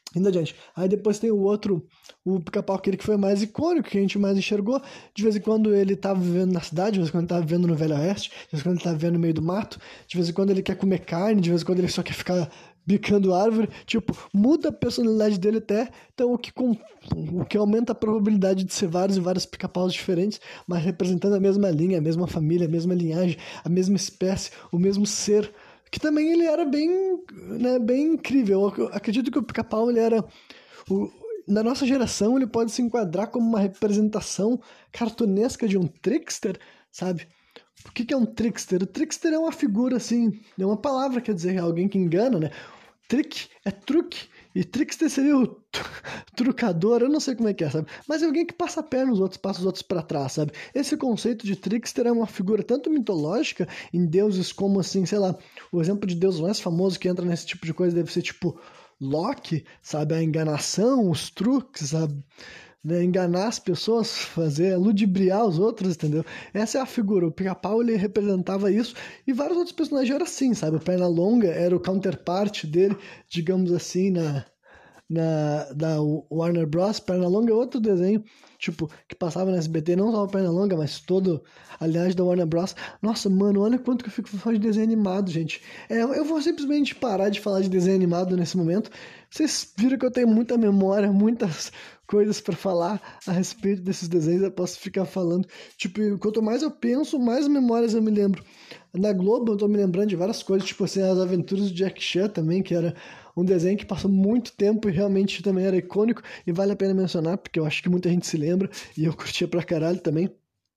S1: Indo adiante. Aí depois tem o outro, o Pica-Pau, aquele que foi mais icônico, que a gente mais enxergou. De vez em quando ele tá vivendo na cidade, de vez em quando ele tá vivendo no Velho Oeste, de vez em quando ele tá vivendo no meio do mato, de vez em quando ele quer comer carne, de vez em quando ele só quer ficar bicando árvore. Tipo, muda a personalidade dele até, então o que aumenta a probabilidade de ser vários e vários Pica-Paus diferentes, mas representando a mesma linha, a mesma família, a mesma linhagem, a mesma espécie, o mesmo ser. Que também ele era bem, né, bem incrível. Eu acredito que o Pica-Pau, ele era... Na nossa geração, ele pode se enquadrar como uma representação cartunesca de um trickster, sabe? O que é um trickster? O trickster é uma figura, assim, é uma palavra, quer dizer, alguém que engana, né? Trick é truque, e trickster seria o trucador, eu não sei como é que é, sabe? Mas é alguém que passa a perna nos outros, passa os outros pra trás, sabe? Esse conceito de trickster é uma figura tanto mitológica em deuses como, assim, sei lá, o exemplo de deus mais famoso que entra nesse tipo de coisa deve ser, tipo, Loki, sabe? A enganação, os truques, sabe? Né? Enganar as pessoas, fazer, ludibriar os outros, entendeu? Essa é a figura. O Pica-Pau, ele representava isso e vários outros personagens eram assim, sabe? O Pernalonga era o counterpart dele, digamos assim, da Warner Bros. Pernalonga é outro desenho, tipo, que passava na SBT, não só o Pernalonga, mas todo a linhagem da Warner Bros. Nossa, mano, olha quanto que eu fico falando de desenho animado, gente. Eu vou simplesmente parar de falar de desenho animado nesse momento. Vocês viram que eu tenho muita memória, muitas coisas pra falar a respeito desses desenhos, eu posso ficar falando. Tipo, quanto mais eu penso, mais memórias eu me lembro. Na Globo eu tô me lembrando de várias coisas, tipo assim, As Aventuras de Jack Chan também, que era um desenho que passou muito tempo e realmente também era icônico e vale a pena mencionar, porque eu acho que muita gente se lembra e eu curtia pra caralho também.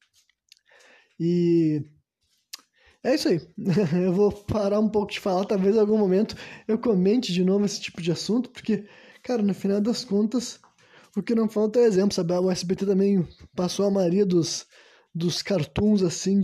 S1: E é isso aí. Eu vou parar um pouco de falar, talvez em algum momento eu comente de novo esse tipo de assunto, porque, cara, no final das contas, o que não falta é exemplo, sabe? O SBT também passou a maioria dos cartoons, assim,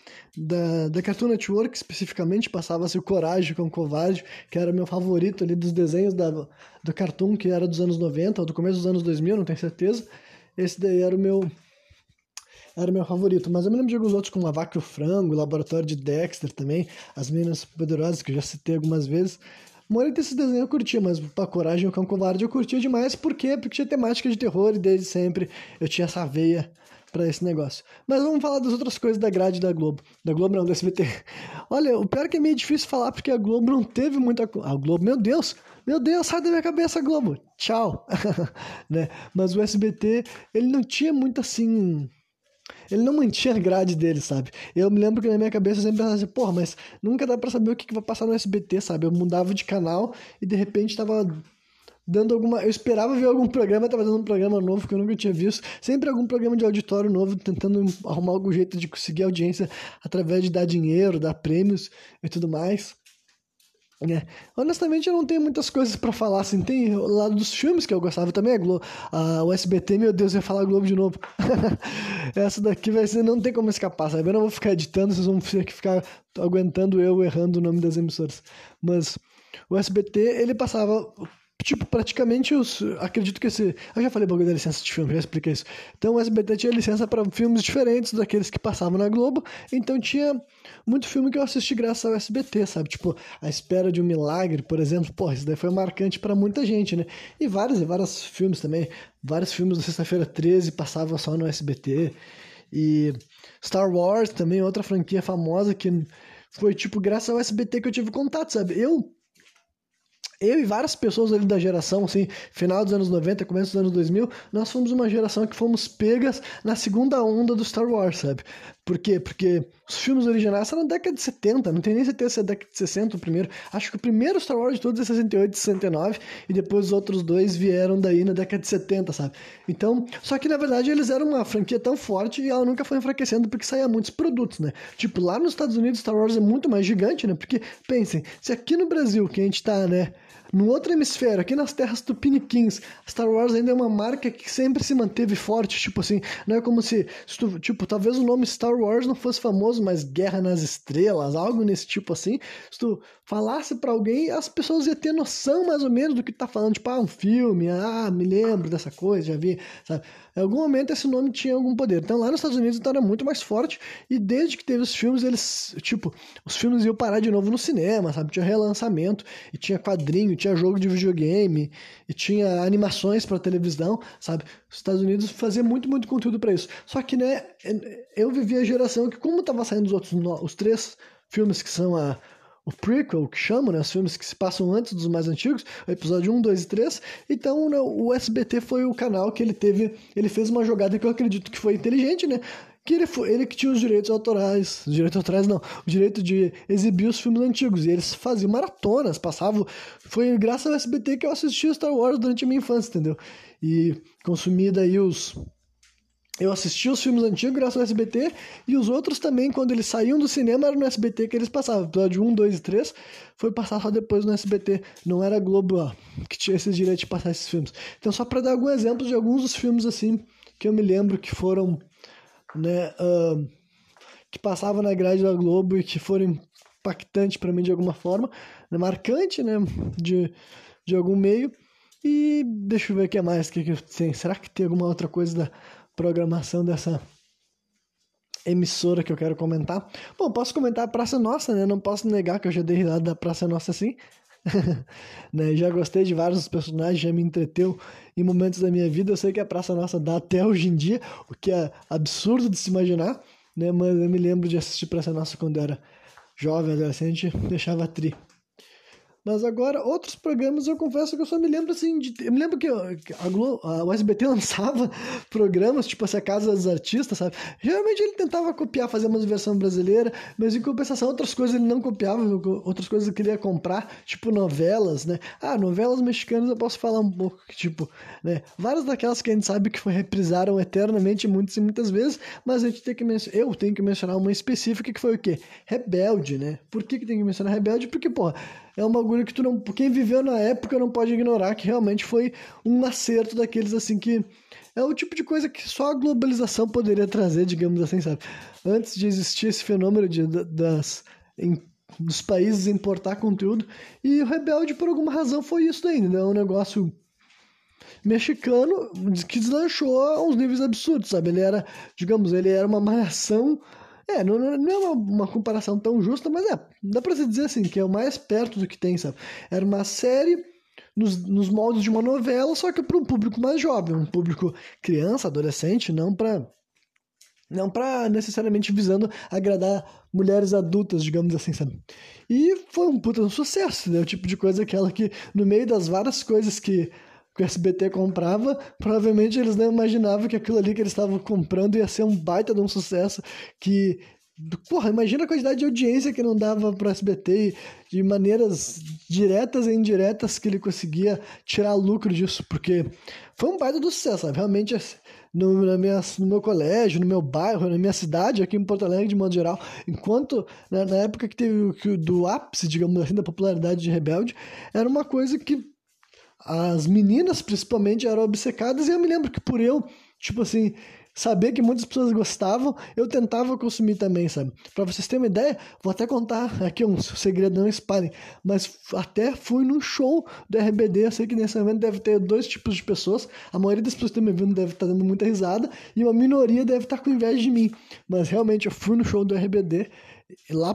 S1: da Cartoon Network, especificamente, passava-se o Coragem com o Covarde, que era meu favorito ali dos desenhos do Cartoon, que era dos anos 90, ou do começo dos anos 2000, não tenho certeza. Esse daí era o meu favorito, mas eu me lembro de alguns outros, como A Vaca e o Frango, o Laboratório de Dexter também, As Meninas Poderosas, que eu já citei algumas vezes. A maioria desses desenhos eu curtia, mas a Coragem e o Cão Covarde eu curtia demais. Por quê? Porque tinha temática de terror e desde sempre eu tinha essa veia pra esse negócio. Mas vamos falar das outras coisas da grade da Globo. Da Globo não, do SBT. Olha, o pior é que é meio difícil falar porque a Globo não teve muita coisa. A Globo, meu Deus, sai da minha cabeça, Globo. Tchau. Né? Mas o SBT, ele não tinha muito assim... Ele não mantinha a grade dele, sabe? Eu me lembro que na minha cabeça eu sempre pensava assim, porra, mas nunca dá pra saber o que vai passar no SBT, sabe? Eu mudava de canal e de repente tava dando alguma... Eu esperava ver algum programa, tava dando um programa novo que eu nunca tinha visto. Sempre algum programa de auditório novo, tentando arrumar algum jeito de conseguir audiência através de dar dinheiro, dar prêmios e tudo mais. Honestamente, eu não tenho muitas coisas pra falar, assim, tem o lado dos filmes que eu gostava também, o SBT, meu Deus, eu ia falar Globo de novo. Essa daqui vai ser, não tem como escapar, sabe? Eu não vou ficar editando, vocês vão ter que ficar aguentando eu errando o nome das emissoras. Mas o SBT, ele passava... Tipo, praticamente acredito que eu já falei bagulho da licença de filme, já expliquei isso. Então o SBT tinha licença para filmes diferentes daqueles que passavam na Globo. Então tinha muito filme que eu assisti graças ao SBT, sabe? Tipo, A Espera de um Milagre, por exemplo. Pô, isso daí foi marcante para muita gente, né? E vários filmes também. Vários filmes da Sexta-feira 13 passavam só no SBT. E Star Wars também, outra franquia famosa que foi, tipo, graças ao SBT que eu tive contato, sabe? Eu e várias pessoas ali da geração, assim, final dos anos 90, começo dos anos 2000, nós fomos uma geração que fomos pegas na segunda onda do Star Wars, sabe? Por quê? Porque os filmes originais eram na década de 70, não tenho nem certeza se é década de 60 o primeiro. Acho que o primeiro Star Wars de todos é 68 e 69, e depois os outros dois vieram daí na década de 70, sabe? Então, só que na verdade eles eram uma franquia tão forte e ela nunca foi enfraquecendo porque saía muitos produtos, né? Tipo, lá nos Estados Unidos Star Wars é muito mais gigante, né? Porque, pensem, se aqui no Brasil, que a gente tá, né, no outro hemisfério, aqui nas terras tupiniquins, Star Wars ainda é uma marca que sempre se manteve forte, tipo assim, não é como se tipo, talvez o nome Star Wars não fosse famoso, mas Guerra nas Estrelas, algo nesse tipo assim, se tu falasse pra alguém, as pessoas iam ter noção mais ou menos do que tá falando, tipo, um filme, me lembro dessa coisa, já vi, sabe? Em algum momento esse nome tinha algum poder. Então lá nos Estados Unidos então era muito mais forte, e desde que teve os filmes, os filmes iam parar de novo no cinema, sabe? Tinha relançamento, e tinha quadrinho, tinha jogo de videogame, e tinha animações para televisão, sabe? Os Estados Unidos fazia muito, muito conteúdo para isso. Só que, né, eu vivi a geração que, como tava saindo os 3 filmes que são o prequel, que chamam, né, os filmes que se passam antes dos mais antigos, o episódio 1, 2 e 3, então, né, o SBT foi o canal que ele fez uma jogada que eu acredito que foi inteligente, né, que ele que tinha os direitos autorais não, o direito de exibir os filmes antigos, e eles faziam maratonas, passavam, foi graças ao SBT que eu assisti Star Wars durante a minha infância, entendeu? E consumi daí eu assisti os filmes antigos graças ao SBT, e os outros também, quando eles saíam do cinema, era no SBT que eles passavam. Episódio 1, 2 e 3 foi passar só depois no SBT. Não era a Globo que tinha esse direito de passar esses filmes. Então, só para dar algum exemplo de alguns dos filmes, assim, que eu me lembro que foram, né, que passavam na grade da Globo e que foram impactantes para mim de alguma forma, né, marcante, né, de algum meio. E deixa eu ver o que é mais que tem. Será que tem alguma outra coisa da programação dessa emissora que eu quero comentar? Bom, posso comentar a Praça Nossa, né? Não posso negar que eu já dei risada da Praça Nossa assim. Né? Já gostei de vários dos personagens, já me entreteu em momentos da minha vida. Eu sei que a Praça Nossa dá até hoje em dia, o que é absurdo de se imaginar, né? Mas eu me lembro de assistir Praça Nossa quando eu era jovem, adolescente, deixava tri. Mas agora, outros programas, eu confesso que eu só me lembro assim eu me lembro que o SBT lançava programas, tipo assim, a Casa dos Artistas, sabe? Geralmente ele tentava copiar, fazer uma versão brasileira, mas em compensação outras coisas ele não copiava, outras coisas ele queria comprar, tipo novelas, né? Novelas mexicanas eu posso falar um pouco, tipo, né? Várias daquelas que a gente sabe que reprisaram eternamente muitas e muitas vezes, mas a gente tem que eu tenho que mencionar uma específica que foi o quê? Rebelde, né? Por que tem que mencionar Rebelde? Porque, porra, é um bagulho que quem viveu na época não pode ignorar que realmente foi um acerto daqueles assim que é o tipo de coisa que só a globalização poderia trazer, digamos assim, sabe? Antes de existir esse fenômeno dos países importar conteúdo, e o Rebelde por alguma razão foi isso daí, né? Um negócio mexicano que deslanchou a uns níveis absurdos, sabe? Ele era uma malhação. Não é uma comparação tão justa, mas dá pra se dizer assim, que é o mais perto do que tem, sabe? Era uma série nos moldes de uma novela, só que para um público mais jovem, um público criança, adolescente, não pra necessariamente visando agradar mulheres adultas, digamos assim, sabe? E foi um puta sucesso, né? O tipo de coisa que no meio das várias coisas que o SBT comprava, provavelmente eles não imaginavam que aquilo ali que eles estavam comprando ia ser um baita de um sucesso, porra, imagina a quantidade de audiência que não dava pro SBT, de maneiras diretas e indiretas que ele conseguia tirar lucro disso, porque foi um baita do sucesso, sabe? Realmente, no meu colégio, no meu bairro, na minha cidade, aqui em Porto Alegre, de modo geral, enquanto, na época que teve do ápice, digamos assim, da popularidade de Rebelde, era uma coisa que as meninas, principalmente, eram obcecadas, e eu me lembro que por eu, tipo assim, saber que muitas pessoas gostavam, eu tentava consumir também, sabe? Pra vocês terem uma ideia, vou até contar aqui um segredo, não espalhem, mas até fui num show do RBD, eu sei que nesse momento deve ter 2 tipos de pessoas, a maioria das pessoas que estão me vendo deve estar dando muita risada, e uma minoria deve estar com inveja de mim, mas realmente eu fui no show do RBD, lá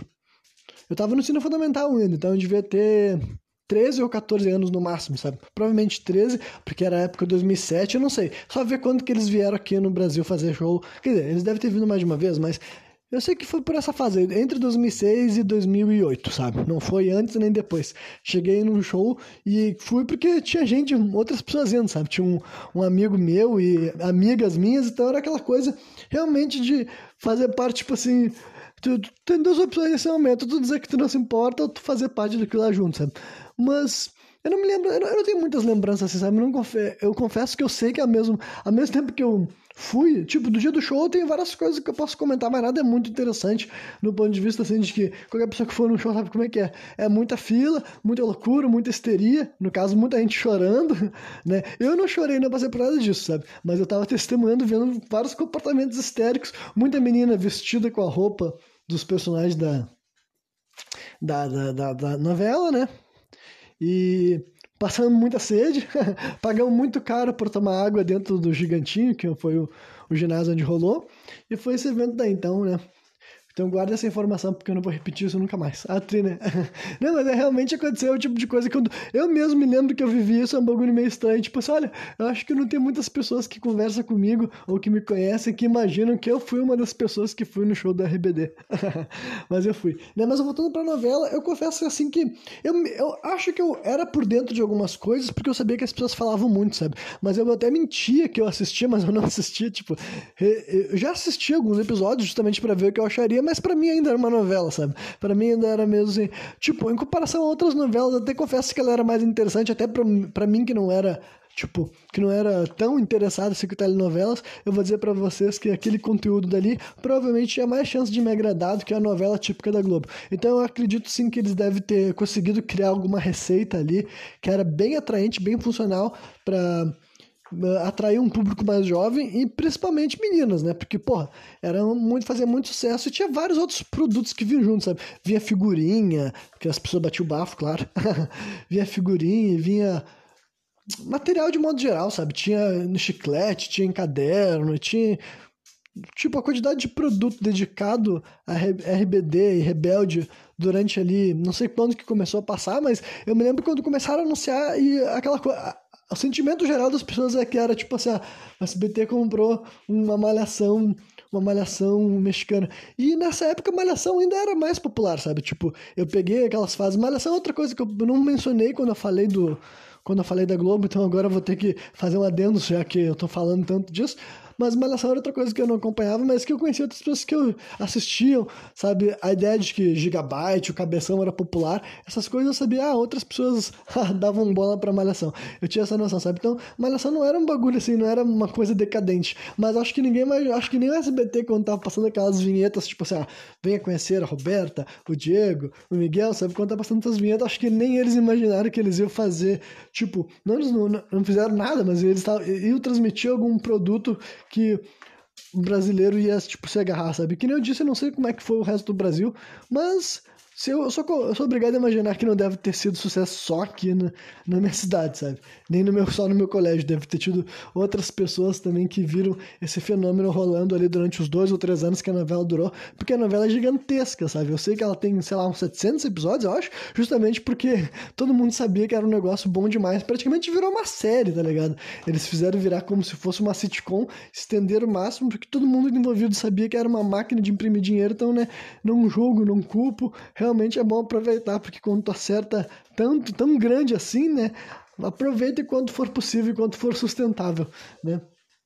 S1: eu tava no ensino fundamental ainda, então eu devia ter 13 ou 14 anos no máximo, sabe? Provavelmente 13, porque era a época de 2007, eu não sei. Só ver quando que eles vieram aqui no Brasil fazer show. Quer dizer, eles devem ter vindo mais de uma vez, mas eu sei que foi por essa fase, entre 2006 e 2008, sabe? Não foi antes nem depois. Cheguei num show e fui porque tinha gente, outras pessoas indo, sabe? Tinha um amigo meu e amigas minhas, então era aquela coisa realmente de fazer parte, tipo assim... Tu tem 2 opções nesse momento, tu dizer que tu não se importa ou tu fazer parte daquilo lá junto, sabe? Mas eu não me lembro, eu não tenho muitas lembranças assim, sabe? Eu confesso que eu sei que ao mesmo tempo que eu fui, tipo, do dia do show tem várias coisas que eu posso comentar, mas nada é muito interessante no ponto de vista assim de que qualquer pessoa que for no show sabe como é que é. É muita fila, muita loucura, muita histeria, no caso, muita gente chorando, né? Eu não chorei, não passei por nada disso, sabe? Mas eu tava testemunhando, vendo vários comportamentos histéricos, muita menina vestida com a roupa dos personagens da novela, né? E passando muita sede, pagamos muito caro por tomar água dentro do Gigantinho, que foi o ginásio onde rolou, e foi esse evento daí, então, né? Então guarda essa informação, porque eu não vou repetir isso nunca mais. A Tri, né? Não, mas realmente aconteceu o tipo de coisa que eu mesmo me lembro que eu vivi isso, é um bagulho meio estranho. Tipo assim, olha, eu acho que não tem muitas pessoas que conversam comigo ou que me conhecem que imaginam que eu fui uma das pessoas que fui no show do RBD. Mas eu fui. Né? Mas voltando pra novela, eu confesso assim que eu acho que eu era por dentro de algumas coisas, porque eu sabia que as pessoas falavam muito, sabe? Mas eu até mentia que eu assistia, mas eu não assistia, tipo... Eu já assisti alguns episódios justamente pra ver o que eu acharia, mas pra mim ainda era uma novela, sabe? Pra mim ainda era mesmo assim... Tipo, em comparação a outras novelas, até confesso que ela era mais interessante, até pra mim que não era... Tipo, que não era tão interessado assim com telenovelas, eu vou dizer pra vocês que aquele conteúdo dali provavelmente tinha mais chance de me agradar do que a novela típica da Globo. Então eu acredito sim que eles devem ter conseguido criar alguma receita ali que era bem atraente, bem funcional pra atrair um público mais jovem e principalmente meninas, né? Porque, porra, fazia muito sucesso e tinha vários outros produtos que vinham juntos, sabe? Vinha figurinha, porque as pessoas batiam o bafo, claro. Vinha figurinha, vinha material de modo geral, sabe? Tinha no chiclete, tinha em caderno, tinha... Tipo, a quantidade de produto dedicado a RBD e Rebelde durante ali, não sei quando que começou a passar, mas eu me lembro quando começaram a anunciar e aquela coisa... O sentimento geral das pessoas é que era tipo assim, a SBT comprou uma malhação mexicana. E nessa época a malhação ainda era mais popular, sabe? Tipo, eu peguei aquelas fases. Malhação é outra coisa que eu não mencionei quando eu falei da Globo, então agora eu vou ter que fazer um adendo, já que eu tô falando tanto disso. Mas Malhação era outra coisa que eu não acompanhava, mas que eu conhecia outras pessoas que eu assistiam, sabe? A ideia de que Gigabyte, o Cabeção era popular, essas coisas eu sabia, outras pessoas davam bola pra Malhação. Eu tinha essa noção, sabe? Então, Malhação não era um bagulho assim, não era uma coisa decadente. Mas acho que acho que nem o SBT, quando tava passando aquelas vinhetas, tipo assim, venha conhecer a Roberta, o Diego, o Miguel, sabe? Quando tava passando essas vinhetas, acho que nem eles imaginaram que eles iam fazer, tipo, eles não fizeram nada, mas eles iam transmitir algum produto que o brasileiro ia, tipo, se agarrar, sabe? Que nem eu disse, eu não sei como é que foi o resto do Brasil, mas eu sou obrigado a imaginar que não deve ter sido sucesso só aqui na minha cidade, sabe? Nem só no meu colégio, deve ter tido outras pessoas também que viram esse fenômeno rolando ali durante os 2 ou 3 anos que a novela durou, porque a novela é gigantesca, sabe? Eu sei que ela tem, sei lá, uns 700 episódios, eu acho, justamente porque todo mundo sabia que era um negócio bom demais, praticamente virou uma série, tá ligado? Eles fizeram virar como se fosse uma sitcom, estenderam o máximo, porque todo mundo envolvido sabia que era uma máquina de imprimir dinheiro, então, né, não julgo, não culpo, realmente é bom aproveitar, porque quando tu acerta tanto, tão grande assim, né, aproveita quanto for possível e quanto for sustentável, né.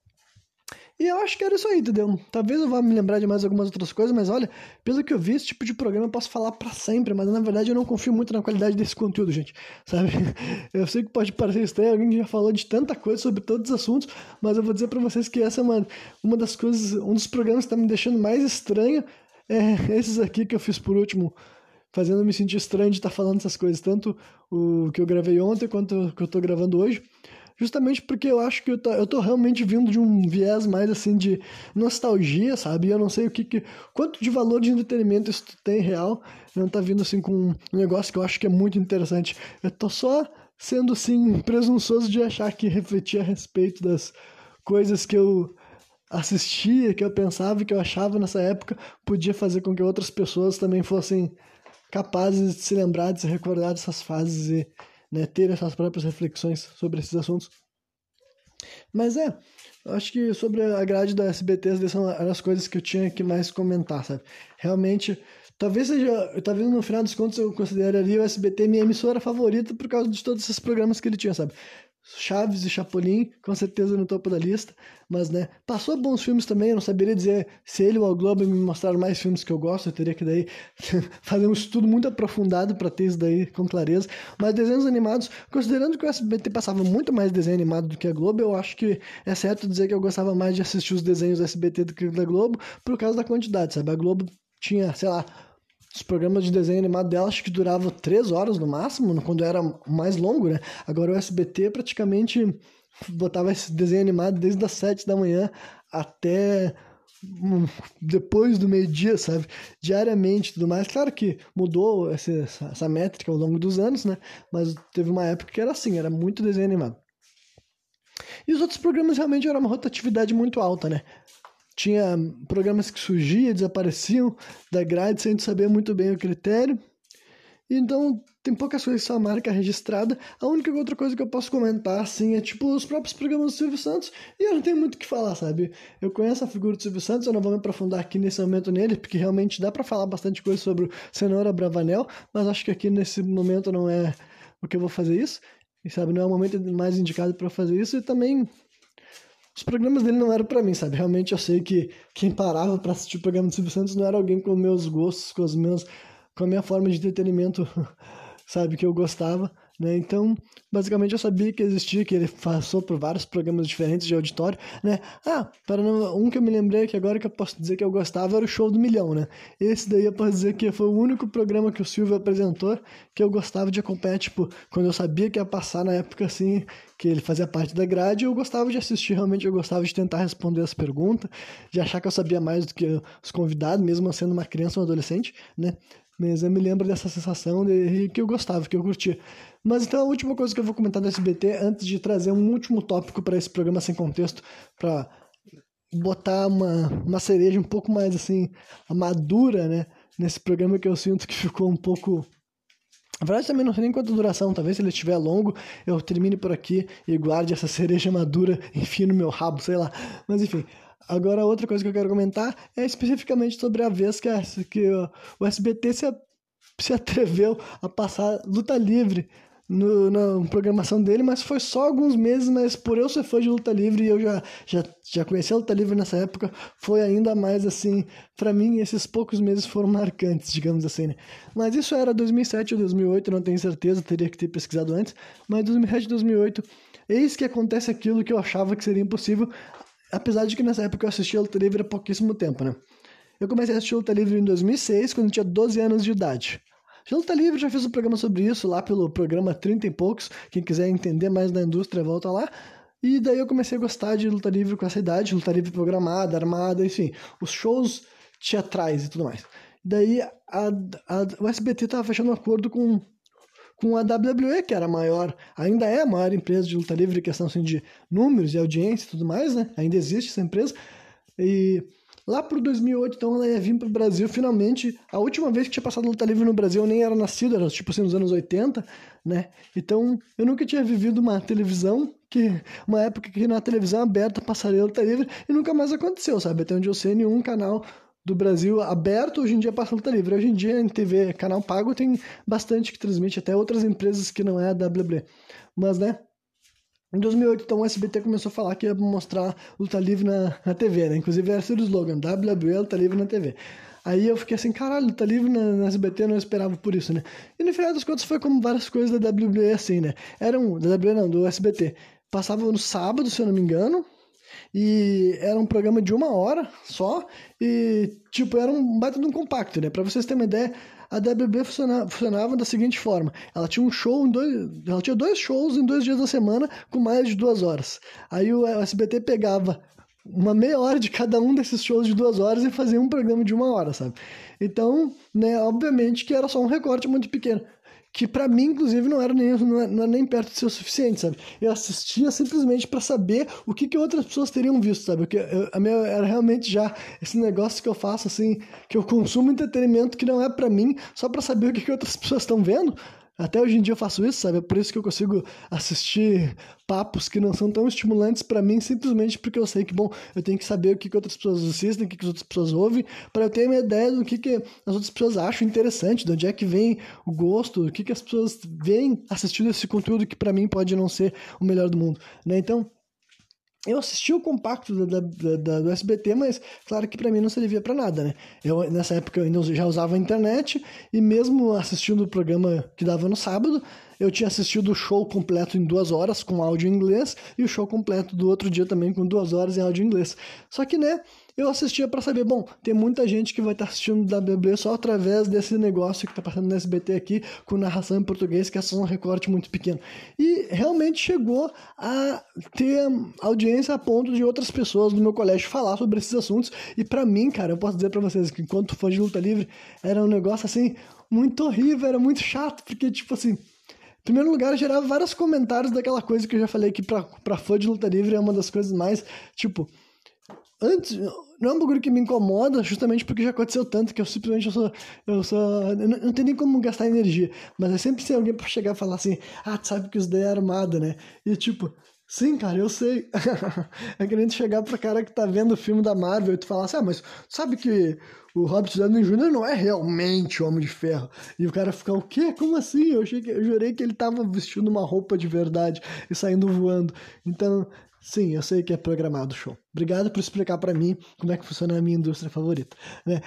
S1: E eu acho que era isso aí, entendeu? Talvez eu vá me lembrar de mais algumas outras coisas, mas olha, pelo que eu vi, esse tipo de programa eu posso falar pra sempre, mas na verdade eu não confio muito na qualidade desse conteúdo, gente, sabe? Eu sei que pode parecer estranho, alguém que já falou de tanta coisa sobre todos os assuntos, mas eu vou dizer pra vocês que essa é uma das coisas, um dos programas que tá me deixando mais estranho, é esses aqui que eu fiz por último, fazendo eu me sentir estranho de estar falando essas coisas, tanto o que eu gravei ontem quanto o que eu tô gravando hoje. Justamente porque eu acho que eu tô realmente vindo de um viés mais assim de nostalgia, sabe? E eu não sei quanto de valor de entretenimento isso tem real. Não tá vindo assim com um negócio que eu acho que é muito interessante. Eu tô só sendo assim presunçoso de achar que refletir a respeito das coisas que eu assistia, que eu pensava e que eu achava nessa época podia fazer com que outras pessoas também fossem capazes de se lembrar, de se recordar dessas fases e, né, ter essas próprias reflexões sobre esses assuntos. Mas eu acho que sobre a grade da SBT, essas eram as coisas que eu tinha que mais comentar, sabe? Realmente, talvez no final dos contos eu consideraria o SBT minha emissora favorita por causa de todos esses programas que ele tinha, sabe? Chaves e Chapolin, com certeza no topo da lista, mas, né, passou bons filmes também, eu não saberia dizer se ele ou a Globo me mostraram mais filmes que eu gosto, eu teria que daí fazer um estudo muito aprofundado para ter isso daí com clareza, mas desenhos animados, considerando que o SBT passava muito mais desenho animado do que a Globo, eu acho que é certo dizer que eu gostava mais de assistir os desenhos do SBT do que da Globo, por causa da quantidade, sabe, a Globo tinha, sei lá, os programas de desenho animado dela acho que duravam 3 horas no máximo, quando era mais longo, né? Agora o SBT praticamente botava esse desenho animado desde as 7 da manhã até depois do meio-dia, sabe? Diariamente e tudo mais. Claro que mudou essa métrica ao longo dos anos, né? Mas teve uma época que era assim, era muito desenho animado. E os outros programas realmente eram uma rotatividade muito alta, né? tinha programas que surgiam, desapareciam da grade sem saber muito bem o critério. Então, tem poucas coisas que são a marca registrada. A única outra coisa que eu posso comentar, assim, é tipo os próprios programas do Silvio Santos. E eu não tenho muito o que falar, sabe? Eu conheço a figura do Silvio Santos, eu não vou me aprofundar aqui nesse momento nele, porque realmente dá pra falar bastante coisa sobre o Cenoura Bravanel, mas acho que aqui nesse momento não é o que eu vou fazer isso. E, sabe, não é o momento mais indicado pra fazer isso. E também, os programas dele não eram pra mim, sabe? Realmente eu sei que quem parava pra assistir o programa do Silvio Santos não era alguém com meus gostos, com a minha forma de entretenimento, sabe, que eu gostava, né? Então, basicamente eu sabia que existia, que ele passou por vários programas diferentes de auditório, né? Um que eu me lembrei que agora que eu posso dizer que eu gostava era o Show do Milhão, né? Esse daí eu posso dizer que foi o único programa que o Silvio apresentou que eu gostava de acompanhar, tipo, quando eu sabia que ia passar na época, assim, que ele fazia parte da grade, eu gostava de assistir, realmente eu gostava de tentar responder as perguntas, de achar que eu sabia mais do que os convidados, mesmo sendo uma criança ou um adolescente, né? Mas eu me lembro dessa sensação que eu gostava, que eu curtia. Mas então a última coisa que eu vou comentar do SBT, antes de trazer um último tópico para esse programa Sem Contexto, para botar uma cereja um pouco mais assim, madura, né? Nesse programa que eu sinto que ficou um pouco... Na verdade também não sei nem quanta duração, talvez se ele estiver longo, eu termine por aqui e guarde essa cereja madura, enfim, no meu rabo, sei lá. Mas enfim... Agora, outra coisa que eu quero comentar é especificamente sobre a vez que o SBT se atreveu a passar luta livre na programação dele, mas foi só alguns meses, mas por eu ser fã de luta livre e eu já conhecia a luta livre nessa época, foi ainda mais assim, pra mim esses poucos meses foram marcantes, digamos assim, né? Mas isso era 2007 ou 2008, não tenho certeza, teria que ter pesquisado antes, mas 2007 e 2008, eis que acontece aquilo que eu achava que seria impossível. Apesar de que nessa época eu assistia luta livre há pouquíssimo tempo, né? Eu comecei a assistir luta livre em 2006, quando eu tinha 12 anos de idade. Já luta livre, já fiz um programa sobre isso lá pelo programa 30 e poucos. Quem quiser entender mais da indústria, volta lá. E daí eu comecei a gostar de luta livre com essa idade, luta livre programada, armada, enfim. Os shows teatrais e tudo mais. Daí o SBT tava fechando um acordo com a WWE, que era a maior, ainda é a maior empresa de luta livre em questão assim, de números e audiência e tudo mais, né? Ainda existe essa empresa. E lá pro 2008, então, ela ia vir pro Brasil, finalmente. A última vez que tinha passado luta livre no Brasil, eu nem era nascido, era tipo assim, nos anos 80, né? Então, eu nunca tinha vivido uma época que na televisão aberta passaria luta livre, e nunca mais aconteceu, sabe? Até onde eu sei, nenhum canal do Brasil aberto, hoje em dia passa luta livre. Hoje em dia, em TV, canal pago, tem bastante que transmite, até outras empresas que não é a WWE. Mas, né, em 2008, então, o SBT começou a falar que ia mostrar luta livre na TV, né? Inclusive, era o slogan, WWE, luta livre na TV. Aí eu fiquei assim, caralho, luta livre na SBT, eu não esperava por isso, né? E no final das contas foi como várias coisas da WWE, assim, né? Da WWE não, do SBT. Passava no sábado, se eu não me engano, e era um programa de 1 hora só, e tipo, era um baita de um compacto, né? Pra vocês terem uma ideia, a WWE funcionava da seguinte forma: ela tinha ela tinha 2 shows em 2 dias da semana com mais de 2 horas. Aí o SBT pegava uma meia hora de cada um desses shows de 2 horas e fazia um programa de 1 hora, sabe? Então, né, obviamente que era só um recorte muito pequeno. Que pra mim, inclusive, não era nem perto de ser o suficiente, sabe? Eu assistia simplesmente pra saber o que outras pessoas teriam visto, sabe? A minha era realmente já esse negócio que eu faço, assim, que eu consumo entretenimento que não é pra mim, só pra saber o que outras pessoas estão vendo. Até hoje em dia eu faço isso, sabe? É por isso que eu consigo assistir papos que não são tão estimulantes pra mim, simplesmente porque eu sei que, bom, eu tenho que saber o que outras pessoas assistem, o que as outras pessoas ouvem, para eu ter uma ideia do que as outras pessoas acham interessante, de onde é que vem o gosto, o que as pessoas veem assistindo esse conteúdo que pra mim pode não ser o melhor do mundo, né? Então, eu assisti o compacto do SBT, mas claro que pra mim não servia pra nada, né? Nessa época eu ainda já usava a internet e mesmo assistindo o programa que dava no sábado, eu tinha assistido o show completo em 2 horas com áudio em inglês e o show completo do outro dia também com 2 horas em áudio em inglês. Só que, né, eu assistia pra saber, bom, tem muita gente que vai estar assistindo WWE só através desse negócio que tá passando no SBT aqui, com narração em português, que é só um recorte muito pequeno. E realmente chegou a ter audiência a ponto de outras pessoas do meu colégio falar sobre esses assuntos. E pra mim, cara, eu posso dizer pra vocês que enquanto fã de luta livre, era um negócio assim, muito horrível, era muito chato, porque tipo assim... Em primeiro lugar, gerava vários comentários daquela coisa que eu já falei que pra fã de luta livre é uma das coisas mais, tipo... antes, não é um bagulho que me incomoda, justamente porque já aconteceu tanto que eu simplesmente eu não tenho nem como gastar energia, mas é sempre tem alguém pra chegar e falar assim, tu sabe que isso daí é armado, né? E tipo, sim, cara, eu sei. É que nem tu chegar pro cara que tá vendo o filme da Marvel e tu falar assim, mas sabe que o Robert Downey Jr. não é realmente o Homem de Ferro. E o cara fica, o quê? Como assim? Eu jurei que ele tava vestindo uma roupa de verdade e saindo voando. Então, sim, eu sei que é programado, show. Obrigado por explicar pra mim como é que funciona a minha indústria favorita, né?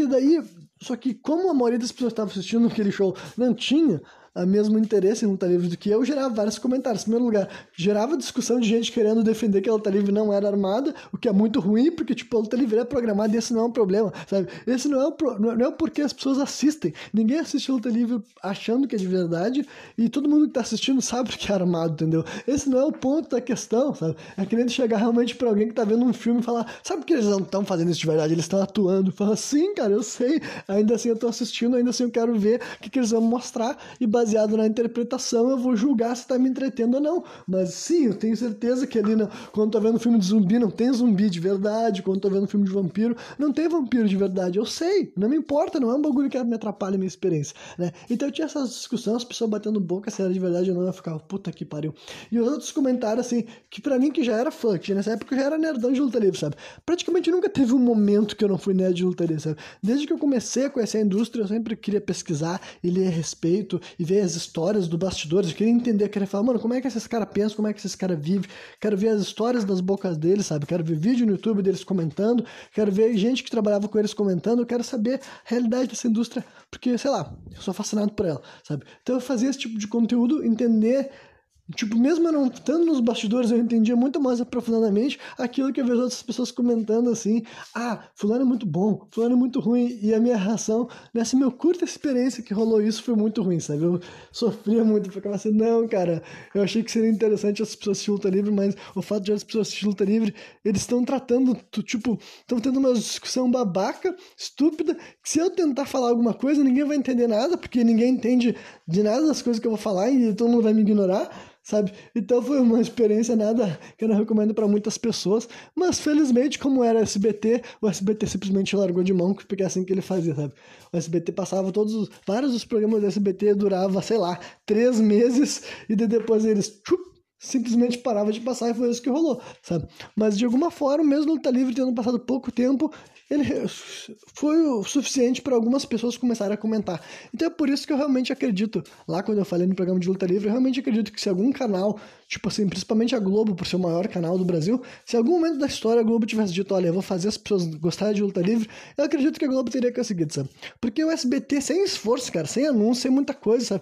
S1: Só que como a maioria das pessoas que estavam assistindo aquele show não tinha o mesmo interesse em luta livre do que eu, gerava vários comentários. Em primeiro lugar, gerava discussão de gente querendo defender que a luta livre não era armada, o que é muito ruim, porque, tipo, a luta livre é programada e esse não é um problema, sabe? Esse não é o porquê as pessoas assistem. Ninguém assiste a luta livre achando que é de verdade e todo mundo que tá assistindo sabe que é armado, entendeu? Esse não é o ponto da questão, sabe? É querendo chegar realmente pra alguém que tá vendo um filme e falar, sabe que eles não estão fazendo isso de verdade, eles estão atuando. Fala, sim, cara, eu sei. Ainda assim eu tô assistindo, ainda assim eu quero ver o que eles vão mostrar e baseado na interpretação eu vou julgar se tá me entretendo ou não. Mas sim, eu tenho certeza que ali quando tô vendo filme de zumbi não tem zumbi de verdade, quando tô vendo filme de vampiro não tem vampiro de verdade. Eu sei, não me importa, não é um bagulho que me atrapalha a minha experiência, né? Então eu tinha essas discussões, as pessoas batendo boca se era de verdade ou não, eu ficava, puta que pariu. E os outros comentários, assim, que pra mim que já era fã, que nessa época eu já era nerdão de luta livre, sabe? Praticamente nunca teve um momento que eu não fui nerd de luta livre, sabe? Desde que eu comecei a conhecer a indústria, eu sempre queria pesquisar e ler a respeito e ver as histórias do bastidores, eu queria entender, eu queria falar, mano, como é que esses caras pensam, como é que esses caras vivem, quero ver as histórias das bocas deles, sabe? Quero ver vídeo no YouTube deles comentando, quero ver gente que trabalhava com eles comentando, eu quero saber a realidade dessa indústria, porque, sei lá, eu sou fascinado por ela, sabe? Então eu fazia esse tipo de conteúdo, entender. Tipo, mesmo eu não estando nos bastidores, eu entendia muito mais aprofundadamente aquilo que eu vejo outras pessoas comentando assim, fulano é muito bom, fulano é muito ruim, e a minha reação nessa minha curta experiência que rolou isso foi muito ruim, sabe? Eu sofria muito, ficava assim, não, cara, eu achei que seria interessante as pessoas assistirem luta livre, mas o fato de as pessoas assistirem luta livre, eles estão tratando, tipo, estão tendo uma discussão babaca, estúpida, que se eu tentar falar alguma coisa, ninguém vai entender nada, porque ninguém entende de nada das coisas que eu vou falar e todo mundo vai me ignorar, sabe? Então foi uma experiência nada que eu não recomendo para muitas pessoas, mas felizmente, como era SBT, o SBT simplesmente largou de mão, porque é assim que ele fazia, sabe? O SBT passava vários dos programas do SBT durava, sei lá, 3 meses, e depois eles simplesmente parava de passar e foi isso que rolou, sabe? Mas de alguma forma, mesmo o Luta Livre tendo passado pouco tempo, ele foi o suficiente para algumas pessoas começarem a comentar. Então é por isso que eu realmente acredito, lá quando eu falei no programa de Luta Livre, eu realmente acredito que se algum canal, tipo assim, principalmente a Globo, por ser o maior canal do Brasil, se em algum momento da história a Globo tivesse dito, olha, eu vou fazer as pessoas gostarem de Luta Livre, eu acredito que a Globo teria conseguido, sabe? Porque o SBT, sem esforço, cara, sem anúncio, sem muita coisa, sabe?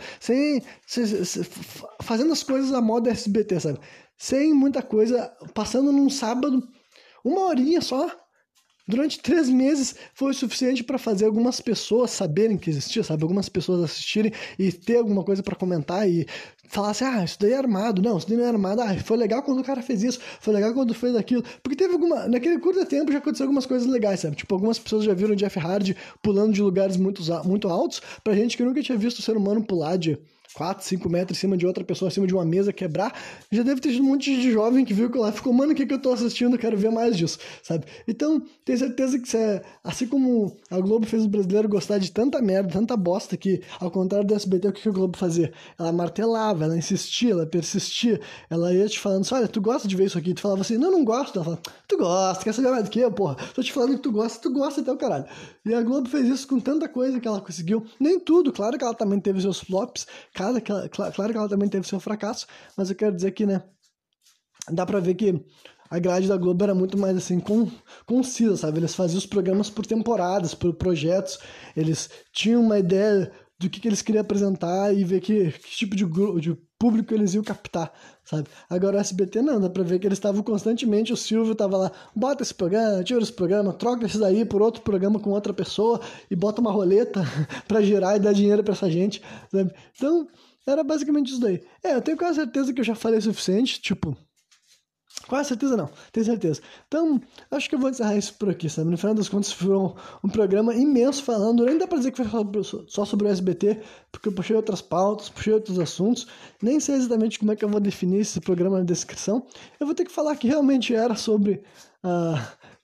S1: Fazendo as coisas à moda SBT, sabe? Sem muita coisa, passando num sábado, 1 horinha só, durante 3 meses foi o suficiente para fazer algumas pessoas saberem que existia, sabe? Algumas pessoas assistirem e ter alguma coisa para comentar e falar assim, isso daí é armado. Não, isso daí não é armado. Foi legal quando o cara fez isso, foi legal quando fez aquilo. Porque naquele curto tempo já aconteceu algumas coisas legais, sabe? Tipo, algumas pessoas já viram o Jeff Hardy pulando de lugares muito altos, pra gente que nunca tinha visto o ser humano pular de 4, 5 metros em cima de outra pessoa, em cima de uma mesa, quebrar, já deve ter tido um monte de jovem que viu que lá ficou, mano, o que eu tô assistindo, quero ver mais disso, sabe? Então, tenho certeza que assim como a Globo fez o brasileiro gostar de tanta merda, tanta bosta, que ao contrário do SBT, o que a Globo fazia? Ela martelava, ela insistia, ela persistia, ela ia te falando assim, olha, tu gosta de ver isso aqui? Tu falava assim, não gosto. Ela falava, tu gosta, quer saber mais do que eu, porra? Tô te falando que tu gosta até o caralho. E a Globo fez isso com tanta coisa que ela conseguiu, nem tudo, claro que ela também teve seus flops, claro que ela também teve seu fracasso, mas eu quero dizer que, né, dá pra ver que a grade da Globo era muito mais, assim, concisa, sabe? Eles faziam os programas por temporadas, por projetos, eles tinham uma ideia do que eles queriam apresentar e ver que tipo de público eles iam captar, sabe? Agora o SBT não, dá pra ver que eles estavam constantemente, o Silvio tava lá, bota esse programa, tira esse programa, troca esse daí por outro programa com outra pessoa e bota uma roleta pra girar e dar dinheiro pra essa gente, sabe? Então, era basicamente isso daí. Eu tenho quase certeza que eu já falei o suficiente, tipo... Quase certeza não, tenho certeza. Então, acho que eu vou encerrar isso por aqui, sabe? No final das contas, foi um programa imenso falando, nem dá pra dizer que foi só sobre o SBT, porque eu puxei outras pautas, puxei outros assuntos, nem sei exatamente como é que eu vou definir esse programa na descrição. Eu vou ter que falar que realmente era sobre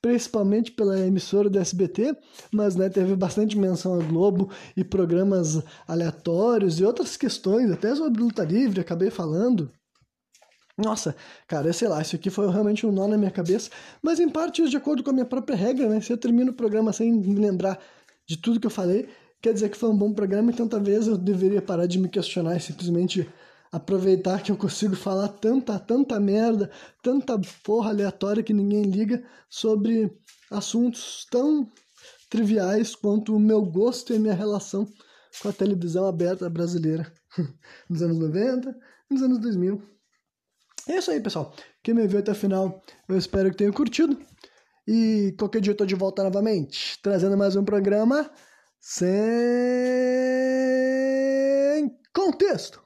S1: principalmente pela emissora do SBT, mas né, teve bastante menção à Globo e programas aleatórios e outras questões, até sobre luta livre, acabei falando. Nossa, cara, sei lá, isso aqui foi realmente um nó na minha cabeça, mas em parte isso de acordo com a minha própria regra, né? Se eu termino o programa sem me lembrar de tudo que eu falei, quer dizer que foi um bom programa, então talvez eu deveria parar de me questionar e simplesmente aproveitar que eu consigo falar tanta merda, tanta porra aleatória que ninguém liga sobre assuntos tão triviais quanto o meu gosto e a minha relação com a televisão aberta brasileira nos anos 90 e nos anos 2000. É isso aí, pessoal. Quem me viu até o final, eu espero que tenha curtido. E qualquer dia eu tô de volta novamente, trazendo mais um programa sem contexto.